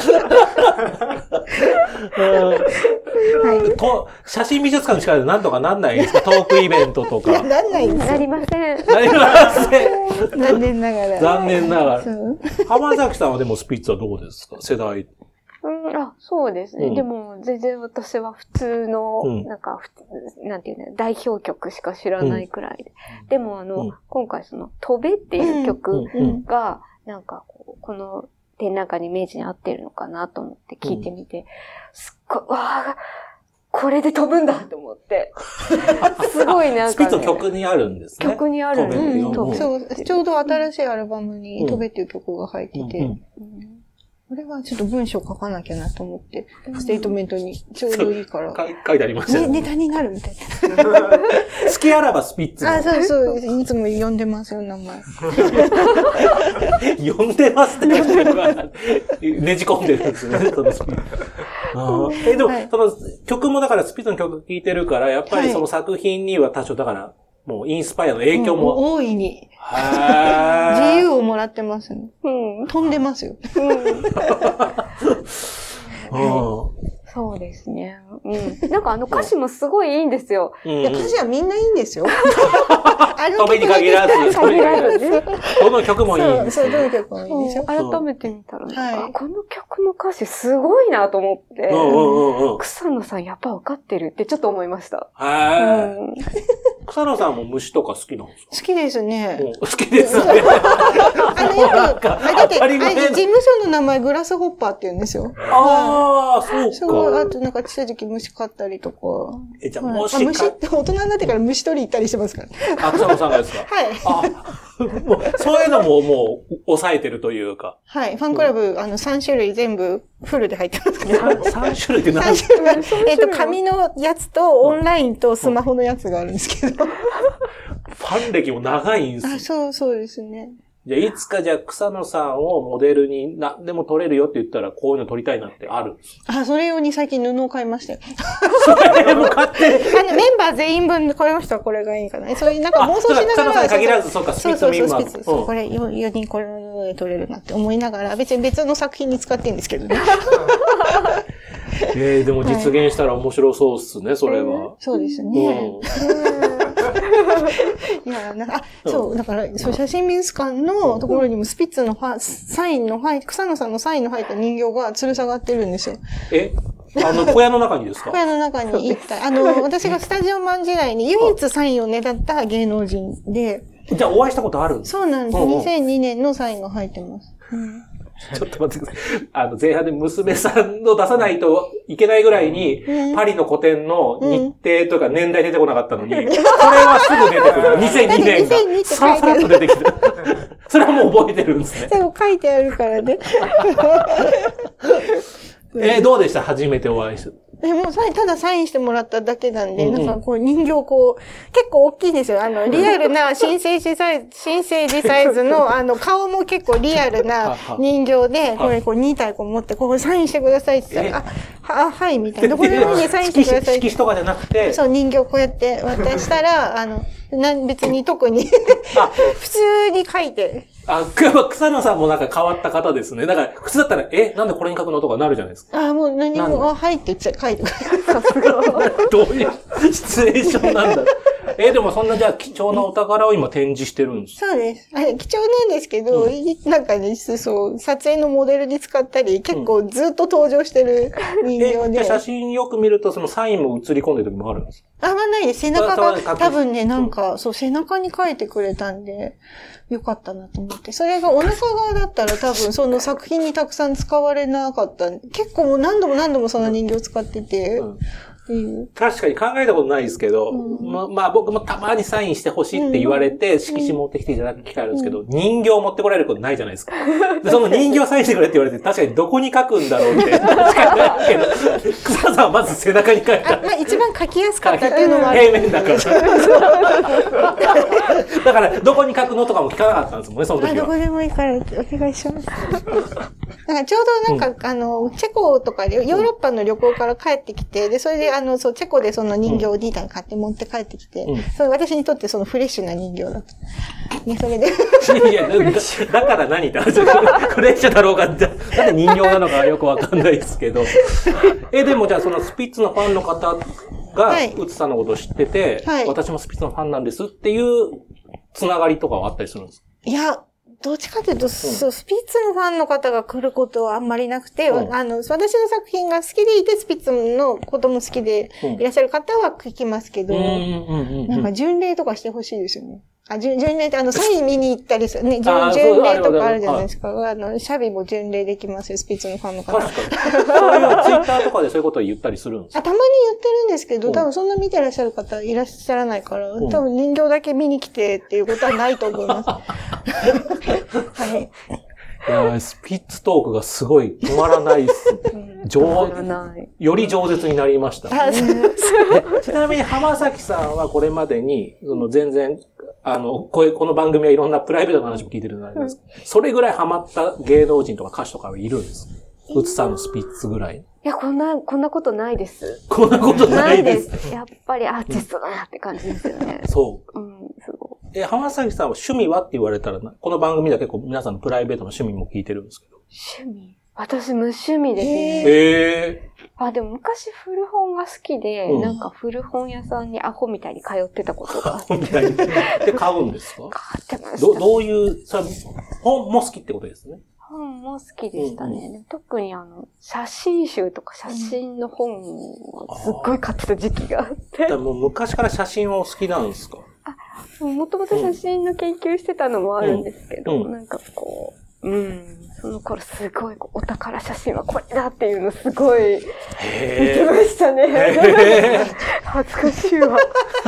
[SPEAKER 1] 写真美術館の力でなんとかなんないですか？トークイベントとか。
[SPEAKER 2] なんないです。
[SPEAKER 3] なりません。
[SPEAKER 1] なりません。
[SPEAKER 2] 残念ながら。
[SPEAKER 1] 残念ながら。浜崎さんはでもスピッツはどうですか？世代。
[SPEAKER 3] そうですね。でも、全然私は普通の、なんていうの、代表曲しか知らないくらいで。でも、今回飛べっていう曲が、なんかこの展覧会のイメージに合ってるのかなと思って聞いてみて、すっごい、これで飛ぶんだと思って。すごいなんか、
[SPEAKER 1] スピッツの曲にあるんですね。
[SPEAKER 3] 曲にある。
[SPEAKER 2] そう、ちょうど新しいアルバムに飛べっていう曲が入ってて、これはちょっと文章書かなきゃなと思って、ステートメントにちょうどいいから。
[SPEAKER 1] 書いてありましたね。
[SPEAKER 2] ネタになるみたいな。
[SPEAKER 1] 好きあらばスピッツ。
[SPEAKER 2] そう。いつも呼んでますよ、名前。
[SPEAKER 1] 呼んでますってねじ込んでるんですね、そのスピッツ。でも、その曲もだからスピッツの曲聴いてるから、やっぱりその作品には多少だから、もうインスパイアの影響も。
[SPEAKER 2] 大いに。自由をもらってますね。飛んでますよ。
[SPEAKER 3] そうですね。なんか歌詞もすごいいいんですよ。
[SPEAKER 2] 歌詞はみんないいんですよ。
[SPEAKER 1] 飛べに限らず。どの曲もいいんですよ。
[SPEAKER 2] どの曲もいいですよ。
[SPEAKER 3] 改めて見たら、この曲の歌詞すごいなと思って、草野さんやっぱ分かってるってちょっと思いました。
[SPEAKER 1] 草野さんも虫とか好きなんですか？
[SPEAKER 2] 好きですね。
[SPEAKER 1] 好きですね。
[SPEAKER 2] だって事務所の名前グラスホッパーって言うんですよ。
[SPEAKER 1] そうか。
[SPEAKER 2] あとなんかちっちゃい時虫飼ったりとか。
[SPEAKER 1] じゃあ虫
[SPEAKER 2] って大人になってから虫取り行ったりしてますから。
[SPEAKER 1] 草野さんがですか？
[SPEAKER 2] はい。
[SPEAKER 1] もうそういうのももう抑えてるというか。
[SPEAKER 2] はい。ファンクラブ3種類全部フルで入ってますね。
[SPEAKER 1] 3種類って何
[SPEAKER 2] ？3種類。紙のやつとオンラインとスマホのやつがあるんですけど。
[SPEAKER 1] ファン歴も長いんです
[SPEAKER 2] よ。そうですね。
[SPEAKER 1] じゃあ、いつか草野さんをモデルに何でも撮れるよって言ったら、こういうの撮りたいなってあるんですか？
[SPEAKER 2] それ用に最近布を買いましたよ。
[SPEAKER 1] それも買って。
[SPEAKER 2] メンバー全員分これの人はこれがいいかな。そういうなんか妄想しながら。
[SPEAKER 1] 草野さんに限らず、そうか、スピッツメンバー。
[SPEAKER 2] そう、これ4人これの布で撮れるなって思いながら、別の作品に使ってるんですけどね。
[SPEAKER 1] でも実現したら面白そうっすね、それは。
[SPEAKER 2] そうですね。いや、そう、だから、写真美術館のところにもスピッツのサインの草野さんのサインの入った人形が吊る下がってるんですよ。
[SPEAKER 1] 小屋の中にですか？
[SPEAKER 2] 小屋の中に行った。私がスタジオマン時代に唯一サインをねだった芸能人で。
[SPEAKER 1] じゃあお会いしたことあるんですか？
[SPEAKER 2] そうなんです。2002年のサインが入ってます。
[SPEAKER 1] ちょっと待ってください。前半で娘さんの出さないといけないぐらいに、パリの個展の日程とか年代出てこなかったのに、これはすぐ出てくる。2002年が。
[SPEAKER 2] 2002って
[SPEAKER 1] さらさらっと出てきてる。それはもう覚えてるんですね。
[SPEAKER 2] でも書いてあるからね。
[SPEAKER 1] どうでした？初めてお会いして。
[SPEAKER 2] もうただサインしてもらっただけなんで、なんかこう人形結構大きいんですよ。リアルな新生児サイズの顔も結構リアルな人形で、これ2体持って、ここサインしてくださいって言ったら、はいみたいな。これにサインしてください。
[SPEAKER 1] 色紙とかじゃなくて。
[SPEAKER 2] そう、人形こうやって渡したら、別に特に普通に書いて、
[SPEAKER 1] 草野さんもなんか変わった方ですね。だから、普通だったら、なんでこれに書くのとかなるじゃないですか。
[SPEAKER 2] もう何も、はいって書いてくれる。
[SPEAKER 1] どういうシチュエーションなんだ。でもそんなじゃあ貴重なお宝を今展示してるんですか？
[SPEAKER 2] そうです。貴重なんですけど、なんかね、そう、撮影のモデルに使ったり、結構ずっと登場してる人形で。
[SPEAKER 1] 写真よく見るとそのサインも写り込んでる時もあるんですか？
[SPEAKER 2] ないです。背中が多分ね、なんか、そう、背中に書いてくれたんで、よかったなと思って。それがお腹側だったら多分その作品にたくさん使われなかった。結構もう何度もその人形を使ってて、
[SPEAKER 1] 確かに考えたことないですけど、まあ僕もたまにサインしてほしいって言われて、色紙持ってきていただく機会あるんですけど、人形持ってこられることないじゃないですか。でその人形サインしてくれって言われて、確かにどこに書くんだろうって。確かにないけど、草さんはまず背中に書いた。
[SPEAKER 2] 一番書きやすかったっていうのもある。
[SPEAKER 1] 平面だから。だから、どこに書くのとかも聞かなかったんですもんね、その時は。
[SPEAKER 2] どこでもいいからお願いします。なんかちょうどなんか、チェコとかで、ヨーロッパの旅行から帰ってきて、で、それでそう、チェコでその人形をおじいちゃんに買って持って帰ってきて、それ私にとってそのフレッシュな人形だった。ね、それで。
[SPEAKER 1] いや、だから何って話。フレッシュだろうが、なんで人形なのかよくわかんないですけど。でもじゃあそのスピッツのファンの方が、うつさんのことを知ってて、私もスピッツのファンなんですっていうつながりとかはあったりするんですか？
[SPEAKER 2] いや、どっちかというと、そう、スピッツのファンの方が来ることはあんまりなくて、私の作品が好きでいて、スピッツのことも好きでいらっしゃる方は聞きますけど、なんか巡礼とかしてほしいですよね。巡礼ってサイン見に行ったりするね、巡礼とかあるじゃないですか。シャビも巡礼できますよ、スピッツのファンの方。
[SPEAKER 1] 確かに。そういうツイッターとかでそういうことを言ったりするんですか？
[SPEAKER 2] たまに言ってるんですけど、多分そんな見てらっしゃる方いらっしゃらないから、多分人形だけ見に来てっていうことはないと思います。はい。
[SPEAKER 1] いやスピッツトークがすごい止まらないっす。より饒舌になりました。ちなみに浜崎さんはこれまでに、全然、この番組はいろんなプライベートの話も聞いてるじゃないですか。それぐらいハマった芸能人とか歌手とかはいるんですか？うつさんのスピッツぐらい。
[SPEAKER 3] いや、こんなことないです。
[SPEAKER 1] こんなことないです。
[SPEAKER 3] やっぱりアーティストだなって感じですよね。
[SPEAKER 1] そう。すごい。浜崎さんは趣味はって言われたら、この番組では結構皆さんのプライベートの趣味も聞いてるんですけど。
[SPEAKER 3] 趣味？私無趣味ですね。でも昔古本が好きで、なんか古本屋さんにアホみたいに通ってたことがあって。アホみたいに。で、買うんですか？買ってました。どういう、本も好きってことですね。 本も好きでしたね。特に写真集とか写真の本をすっごい買ってた時期があって。
[SPEAKER 1] もう昔から写真を好きなんですか？
[SPEAKER 3] もともと写真の研究してたのもあるんですけど、なんかこう、その頃すごいお宝写真はこれだっていうのすごい見てましたね。恥ずかしいわ。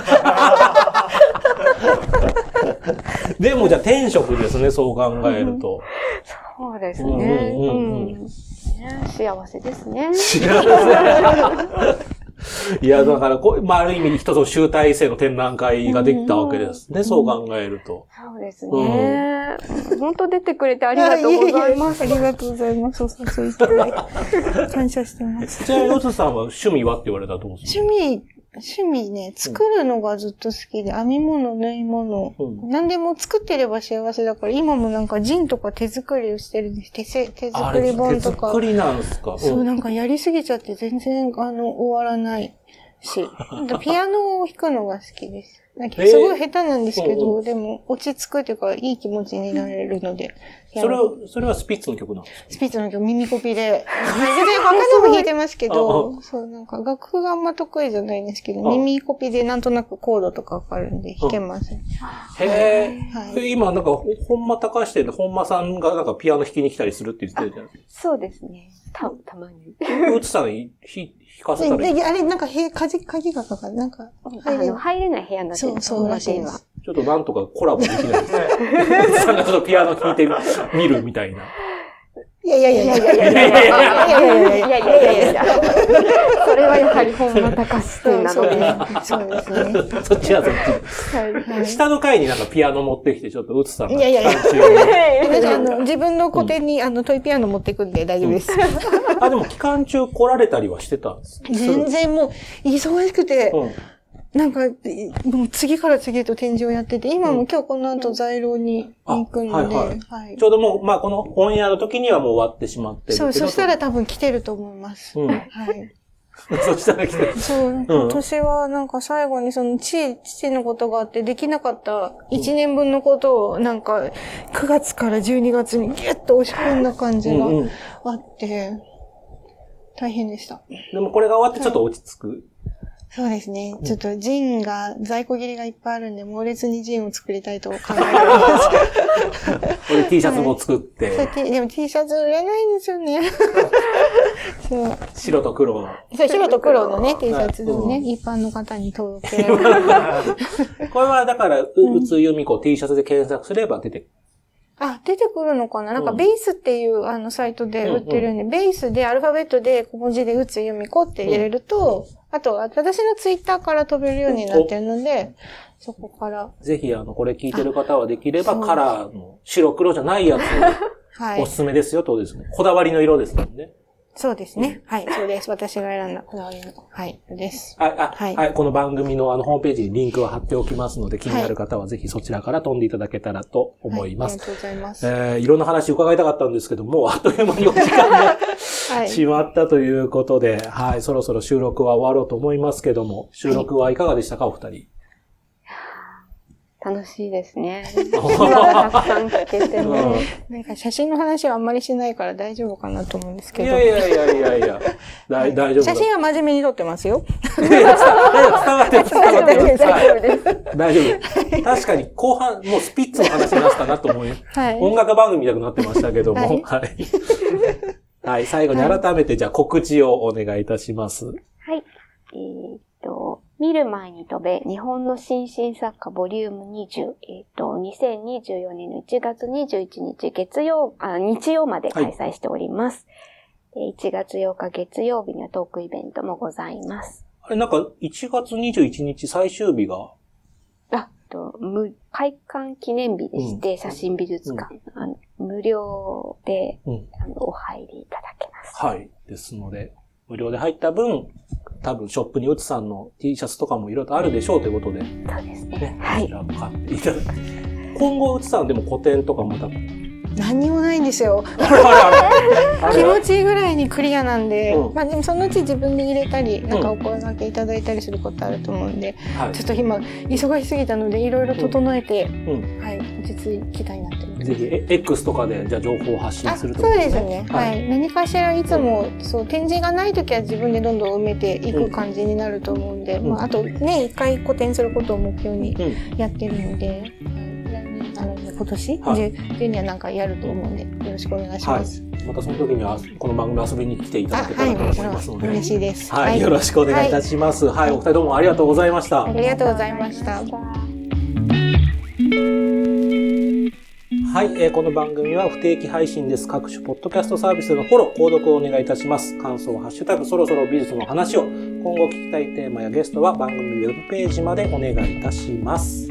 [SPEAKER 1] でもじゃあ天職ですね、そう考えると。
[SPEAKER 3] そうですね。幸せですね。幸せ。
[SPEAKER 1] いや、だから、ある意味一つの集大成の展覧会ができたわけですね、そう考えると。
[SPEAKER 3] そうですね。本当出てくれてありがとうございます。
[SPEAKER 2] ありがとうございます。そう言っていただいて。感謝してます。
[SPEAKER 1] じゃあ、ヨズさんは趣味はって言われたらどうする？
[SPEAKER 2] 趣味ね、作るのがずっと好きで、編み物、縫い物、何でも作ってれば幸せだから、今もなんかジンとか手作りをしてるんです。手作り本とか。
[SPEAKER 1] 手作りなんですか？
[SPEAKER 2] そう、なんかやりすぎちゃって全然、終わらないし。ピアノを弾くのが好きです。すごい下手なんですけど、でも落ち着くというか、いい気持ちになれるので。
[SPEAKER 1] それはスピッツの曲なんですか？
[SPEAKER 2] スピッツの曲、耳コピで。全然他のも弾いてますけど、そう、なんか楽譜があんま得意じゃないんですけど、耳コピでなんとなくコードとかわかるんで弾けます。
[SPEAKER 1] 今なんか、本間隆史で本間さんがなんかピアノ弾きに来たりするって言ってるじゃないです
[SPEAKER 3] か。そうですね。たまに。
[SPEAKER 1] うつさん弾かせたらいい？
[SPEAKER 2] あれ、なんか鍵がかかる。なんか、
[SPEAKER 3] 入れない部屋になってる。
[SPEAKER 2] そうらしいです。
[SPEAKER 1] ちょっとなんとかコラボできないですね。うつさんがちょっとピアノ弾いてみるみたいな。
[SPEAKER 2] いや。
[SPEAKER 3] それはやはり本間隆史なので。
[SPEAKER 2] そうですね。
[SPEAKER 1] そっちはそっち。下の階になんかピアノ持ってきて、ちょっとうつさんが。
[SPEAKER 2] いや。自分の個展にトイピアノ持ってくんで大丈夫です。
[SPEAKER 1] でも期間中来られたりはしてたんです。
[SPEAKER 2] 全然もう、忙しくて、 なんか、もう次から次へと展示をやってて、今も今日この後在廊に行くので、
[SPEAKER 1] はい。ちょうどもう、まあこのオンエアの時にはもう終わってしまってるけど。
[SPEAKER 2] そう、そしたら多分来てると思います。はい。
[SPEAKER 1] そしたら来てる。
[SPEAKER 2] そう、今年はなんか最後にその父のことがあってできなかった1年分のことをなんか9月から12月にギュッと押し込んだ感じがあって、大変でした。
[SPEAKER 1] でもこれが終わってちょっと落ち着く。
[SPEAKER 2] そうですね。ちょっとジンが、在庫切れがいっぱいあるんで、猛烈にジンを作りたいと考えております。
[SPEAKER 1] これ T シャツも作って。
[SPEAKER 2] でも T シャツ売れないんですよね。
[SPEAKER 1] そう。白と黒の。
[SPEAKER 2] そう、白と黒のね、T シャツをね、一般の方に届ける。
[SPEAKER 1] これはだから、うつゆみこ T シャツで検索すれば出てくる。
[SPEAKER 2] 出てくるのかな、なんかベースっていうサイトで売ってるんで、ベースでアルファベットで小文字でうつゆみこって入れると、あと私のツイッターから飛べるようになってるので、そこから。
[SPEAKER 1] ぜひこれ聞いてる方はできればカラーの白黒じゃないやつおすすめですよとですね。こだわりの色ですもんね。
[SPEAKER 2] そうですね。はい、そうです。私が選んだこだわりの、はい、です。
[SPEAKER 1] はい。この番組のホームページにリンクを貼っておきますので、気になる方はぜひそちらから飛んでいただけたらと思います。
[SPEAKER 2] ありがとうございます。
[SPEAKER 1] いろんな話伺いたかったんですけども、あっという間にお時間がしまったということで、はい、そろそろ収録は終わろうと思いますけども、収録はいかがでしたか、お二人。
[SPEAKER 3] 楽しいですね。たくさん聞けてね。
[SPEAKER 2] なんか写真の話はあんまりしないから大丈夫かなと思うんですけど。
[SPEAKER 1] いや。大丈夫。
[SPEAKER 2] 写真は真面目に撮ってますよ。
[SPEAKER 1] 伝わってます。大丈夫。確かに後半、もうスピッツの話になったなと思い、音楽番組みたくなってましたけども。はい。最後に改めてじゃあ告知をお願いいたします。
[SPEAKER 3] はい。見る前に飛べ、日本の新進作家ボリューム20、2024年の1月21日日曜まで開催しております。1月8日月曜日にはトークイベントもございます。
[SPEAKER 1] あれ、なんか1月21日最終日が
[SPEAKER 3] 開館記念日でして、写真美術館、無料で、お入りいただけます。
[SPEAKER 1] はい。ですので、無料で入った分、多分ショップにうつさんの T シャツとかもいろいろあるでしょうということで。
[SPEAKER 3] そうですね。はい。
[SPEAKER 1] こちらも買っていただいて。今後うつさんでも個展とかまた。
[SPEAKER 2] 何にもないんですよ。気持ちいいぐらいにクリアなんで、まあでもそのうち自分で入れたり、なんかお声掛けいただいたりすることあると思うんで、ちょっと今忙しすぎたのでいろいろ整えて、はい、落ち着きたいなって思います。
[SPEAKER 1] ぜひ X とかでじゃあ情報を発信すると
[SPEAKER 2] そうですね。はい。何かしらいつもそう展示がないときは自分でどんどん埋めていく感じになると思うんで、まああとね一回個展することを目標にやってるので。今年中にはなんかやると思うんで、よろしくお願いします。
[SPEAKER 1] またその時には、この番組遊びに来ていただけたらと思いますので。
[SPEAKER 2] 嬉しいです。
[SPEAKER 1] はい。よろしくお願いいたします。はい。お二人どうもありがとうございました。
[SPEAKER 2] ありがとうございました。
[SPEAKER 1] はい。この番組は不定期配信です。各種ポッドキャストサービスのフォロー、購読をお願いいたします。感想、ハッシュタグ、そろそろ美術の話を、今後聞きたいテーマやゲストは番組ウェブページまでお願いいたします。